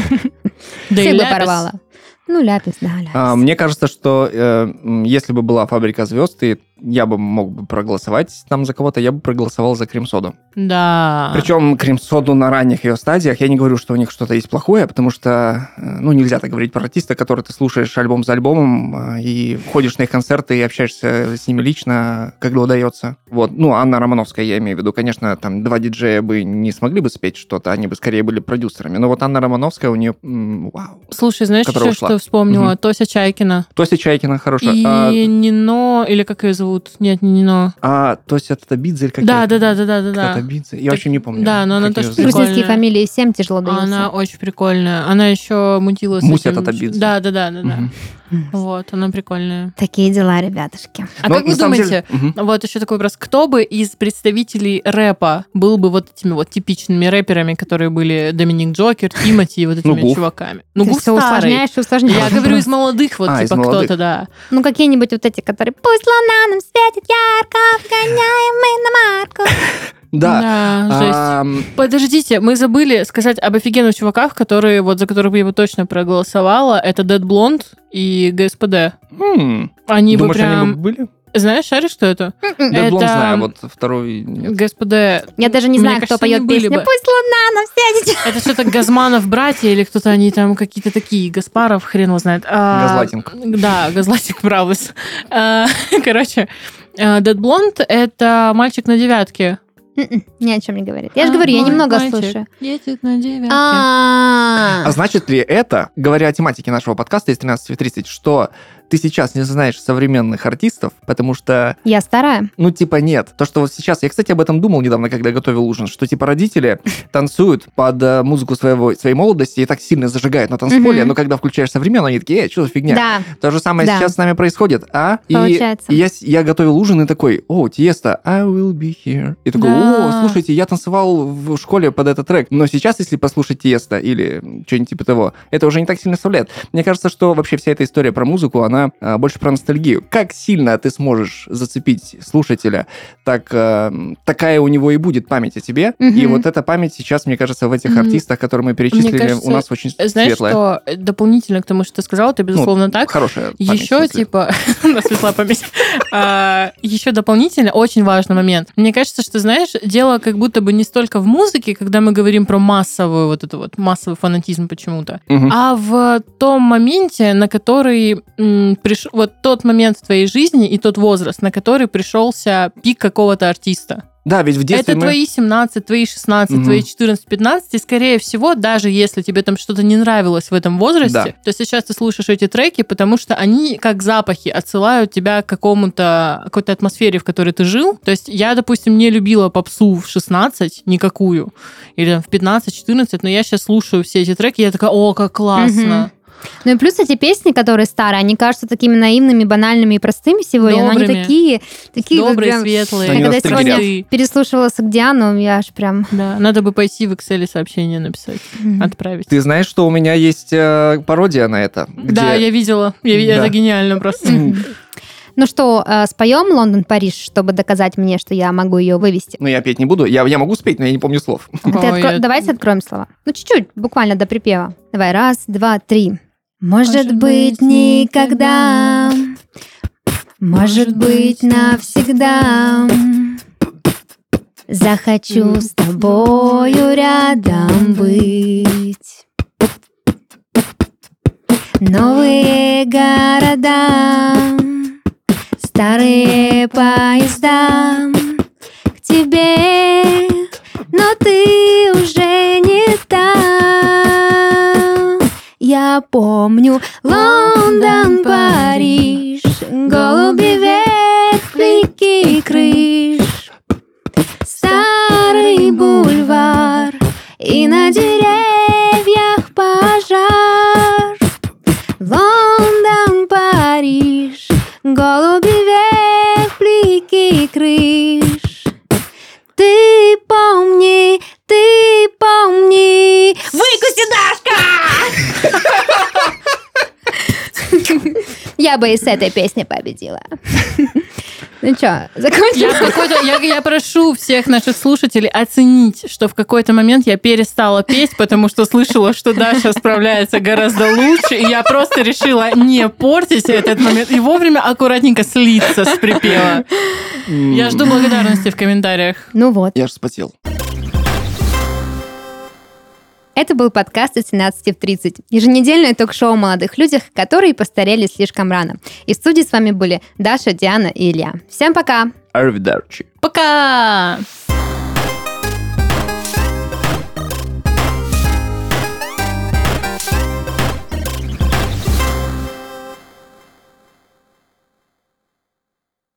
Да и Всех бы Ляпис. порвала. Ну, Ляпис, да, Ляпис. Мне кажется, что если бы была «Фабрика звезд», и я бы мог бы проголосовать там за кого-то, я бы проголосовал за «Крем-соду». Да. Причем «Крем-соду» на ранних ее стадиях, я не говорю, что у них что-то есть плохое, потому что, ну, нельзя так говорить про артиста, который ты слушаешь альбом за альбомом и ходишь на их концерты и общаешься с ними лично, когда удается. Вот. Ну, Анна Романовская, я имею в виду, конечно, там два диджея бы не смогли бы спеть что-то, они бы скорее были продюсерами. Но вот Анна Романовская, у нее, вау. Слушай, знаешь, Которая еще ушла. что вспомнила? Мгм. Тося Чайкина. Тося Чайкина хорошая. И Нино, или как ее зовут? Нет, не Нино. Тося Татабидзе или как Да. Татабидзе? Я вообще не помню. Да, но она как тоже её зовут. прикольная. Грузинские фамилии всем тяжело даются. Она очень прикольная. Она еще мутила с Муся этим... Татабидзе. Да. Мгм. Вот, она прикольная. Такие дела, ребятушки. А Но как вы на самом думаете, деле- Мгм. вот еще такой вопрос, кто бы из представителей рэпа был бы вот этими вот типичными рэперами, которые были Доминик Джокер, Тимати и вот этими Гуф. чуваками? Ну, Ты Гуф все старый. усложняешь и усложняешь. Я говорю из молодых, вот из типа молодых. кто-то, да. Ну, какие-нибудь вот эти, которые «Пусть луна нам светит ярко, вгоняем мы на марку». Да. жесть. Подождите, мы забыли сказать об офигенных чуваках, которые, вот за которых я бы точно проголосовала. Это Dead Blonde и ГСПД. Они бы Думаешь, прям... они бы были? Знаешь, шаришь, что это? Dead Blonde знаю, вот второй нет. ГСПД... Я даже не Мне знаю, кажется, кто поет они были песню бы. «Пусть луна нам сядет». Это что-то Газманов братья или кто-то, они там какие-то такие, Гаспаров, хрен его знает. Газлайтинг. Да, Газлайтинг Бравлес. Короче, Dead Blonde — это мальчик на девятке. Ни о чем не говорит. Я же говорю, я немного слушаю. Едет на девятке. А значит ли это, говоря о тематике нашего подкаста из 13:30, что ты сейчас не знаешь современных артистов, потому что... Я старая. Ну, типа, нет. То, что вот сейчас... Я, кстати, об этом думал недавно, когда готовил ужин, что, типа, родители танцуют под музыку своей молодости и так сильно зажигают на танцполе, но когда включаешь современную, они такие, что за фигня? Да. То же самое Да. сейчас с нами происходит, а? Получается. И я готовил ужин и такой, Тиеста, I will be here. И такой, Да. слушайте, я танцевал в школе под этот трек. Но сейчас, если послушать Тиеста или что-нибудь типа того, это уже не так сильно вставляет. Мне кажется, что вообще вся эта история про музыку, она больше про ностальгию. Как сильно ты сможешь зацепить слушателя, такая у него и будет память о тебе. И вот эта память сейчас, мне кажется, в этих артистах, которые мы перечислили, Мне кажется, у нас очень знаешь, светлая. что дополнительно к тому, что ты сказала, это безусловно так. Хорошая память, в Еще, смысле. типа, на светлая память. Еще дополнительно, очень важный момент. Мне кажется, что, знаешь, дело как будто бы не столько в музыке, когда мы говорим про массовую вот это вот, массовый фанатизм почему-то, а в том моменте, на который пришел, вот тот момент в твоей жизни и тот возраст, на который пришелся пик какого-то артиста. Да, ведь в детстве Это твои 17, твои 16, твои 14-15, и, скорее всего, даже если тебе там что-то не нравилось в этом возрасте, то сейчас ты слушаешь эти треки, потому что они, как запахи, отсылают тебя к какой-то атмосфере, в которой ты жил. То есть я, допустим, не любила попсу в 16 никакую, или там, в 15-14, но я сейчас слушаю все эти треки, и я такая, как классно. Ну и плюс эти песни, которые старые, они кажутся такими наивными, банальными и простыми сегодня, но они такие добрые, вот прям... светлые. Они Я когда нас сегодня триггерят. переслушивала Сагдиану, я аж прям... Да, надо бы пойти в Excel сообщение написать, отправить. Ты знаешь, что у меня есть пародия на это? Да, я видела. Это гениально просто. Ну что, споем «Лондон-Париж», чтобы доказать мне, что я могу ее вывести? Ну, я петь не буду. Я могу спеть, но я не помню слов. Давайте откроем слова. Ну, чуть-чуть, буквально до припева. Давай, 1, 2, 3. Может быть, никогда, может быть, навсегда. Захочу с тобою рядом быть. Новые города, старые поезда к тебе, но ты уже не там. Я помню Лондон, Париж, голуби вверх, блики крыш, старый бульвар и на деревьях пожар. Лондон, Париж, голуби вверх, блики крыш. Ты помни, выкуси, Дашка! Я бы и с этой песней победила. Ну что, закончим? Я прошу всех наших слушателей оценить, что в какой-то момент я перестала петь, потому что слышала, что Даша справляется гораздо лучше, и я просто решила не портить этот момент и вовремя аккуратненько слиться с припева. Я жду благодарности в комментариях. Ну вот. Я же вспотел. Это был подкаст из 17:30. Еженедельное ток-шоу о молодых людях, которые постарели слишком рано. И в студии с вами были Даша, Диана и Илья. Всем пока! Arrivederci. Пока!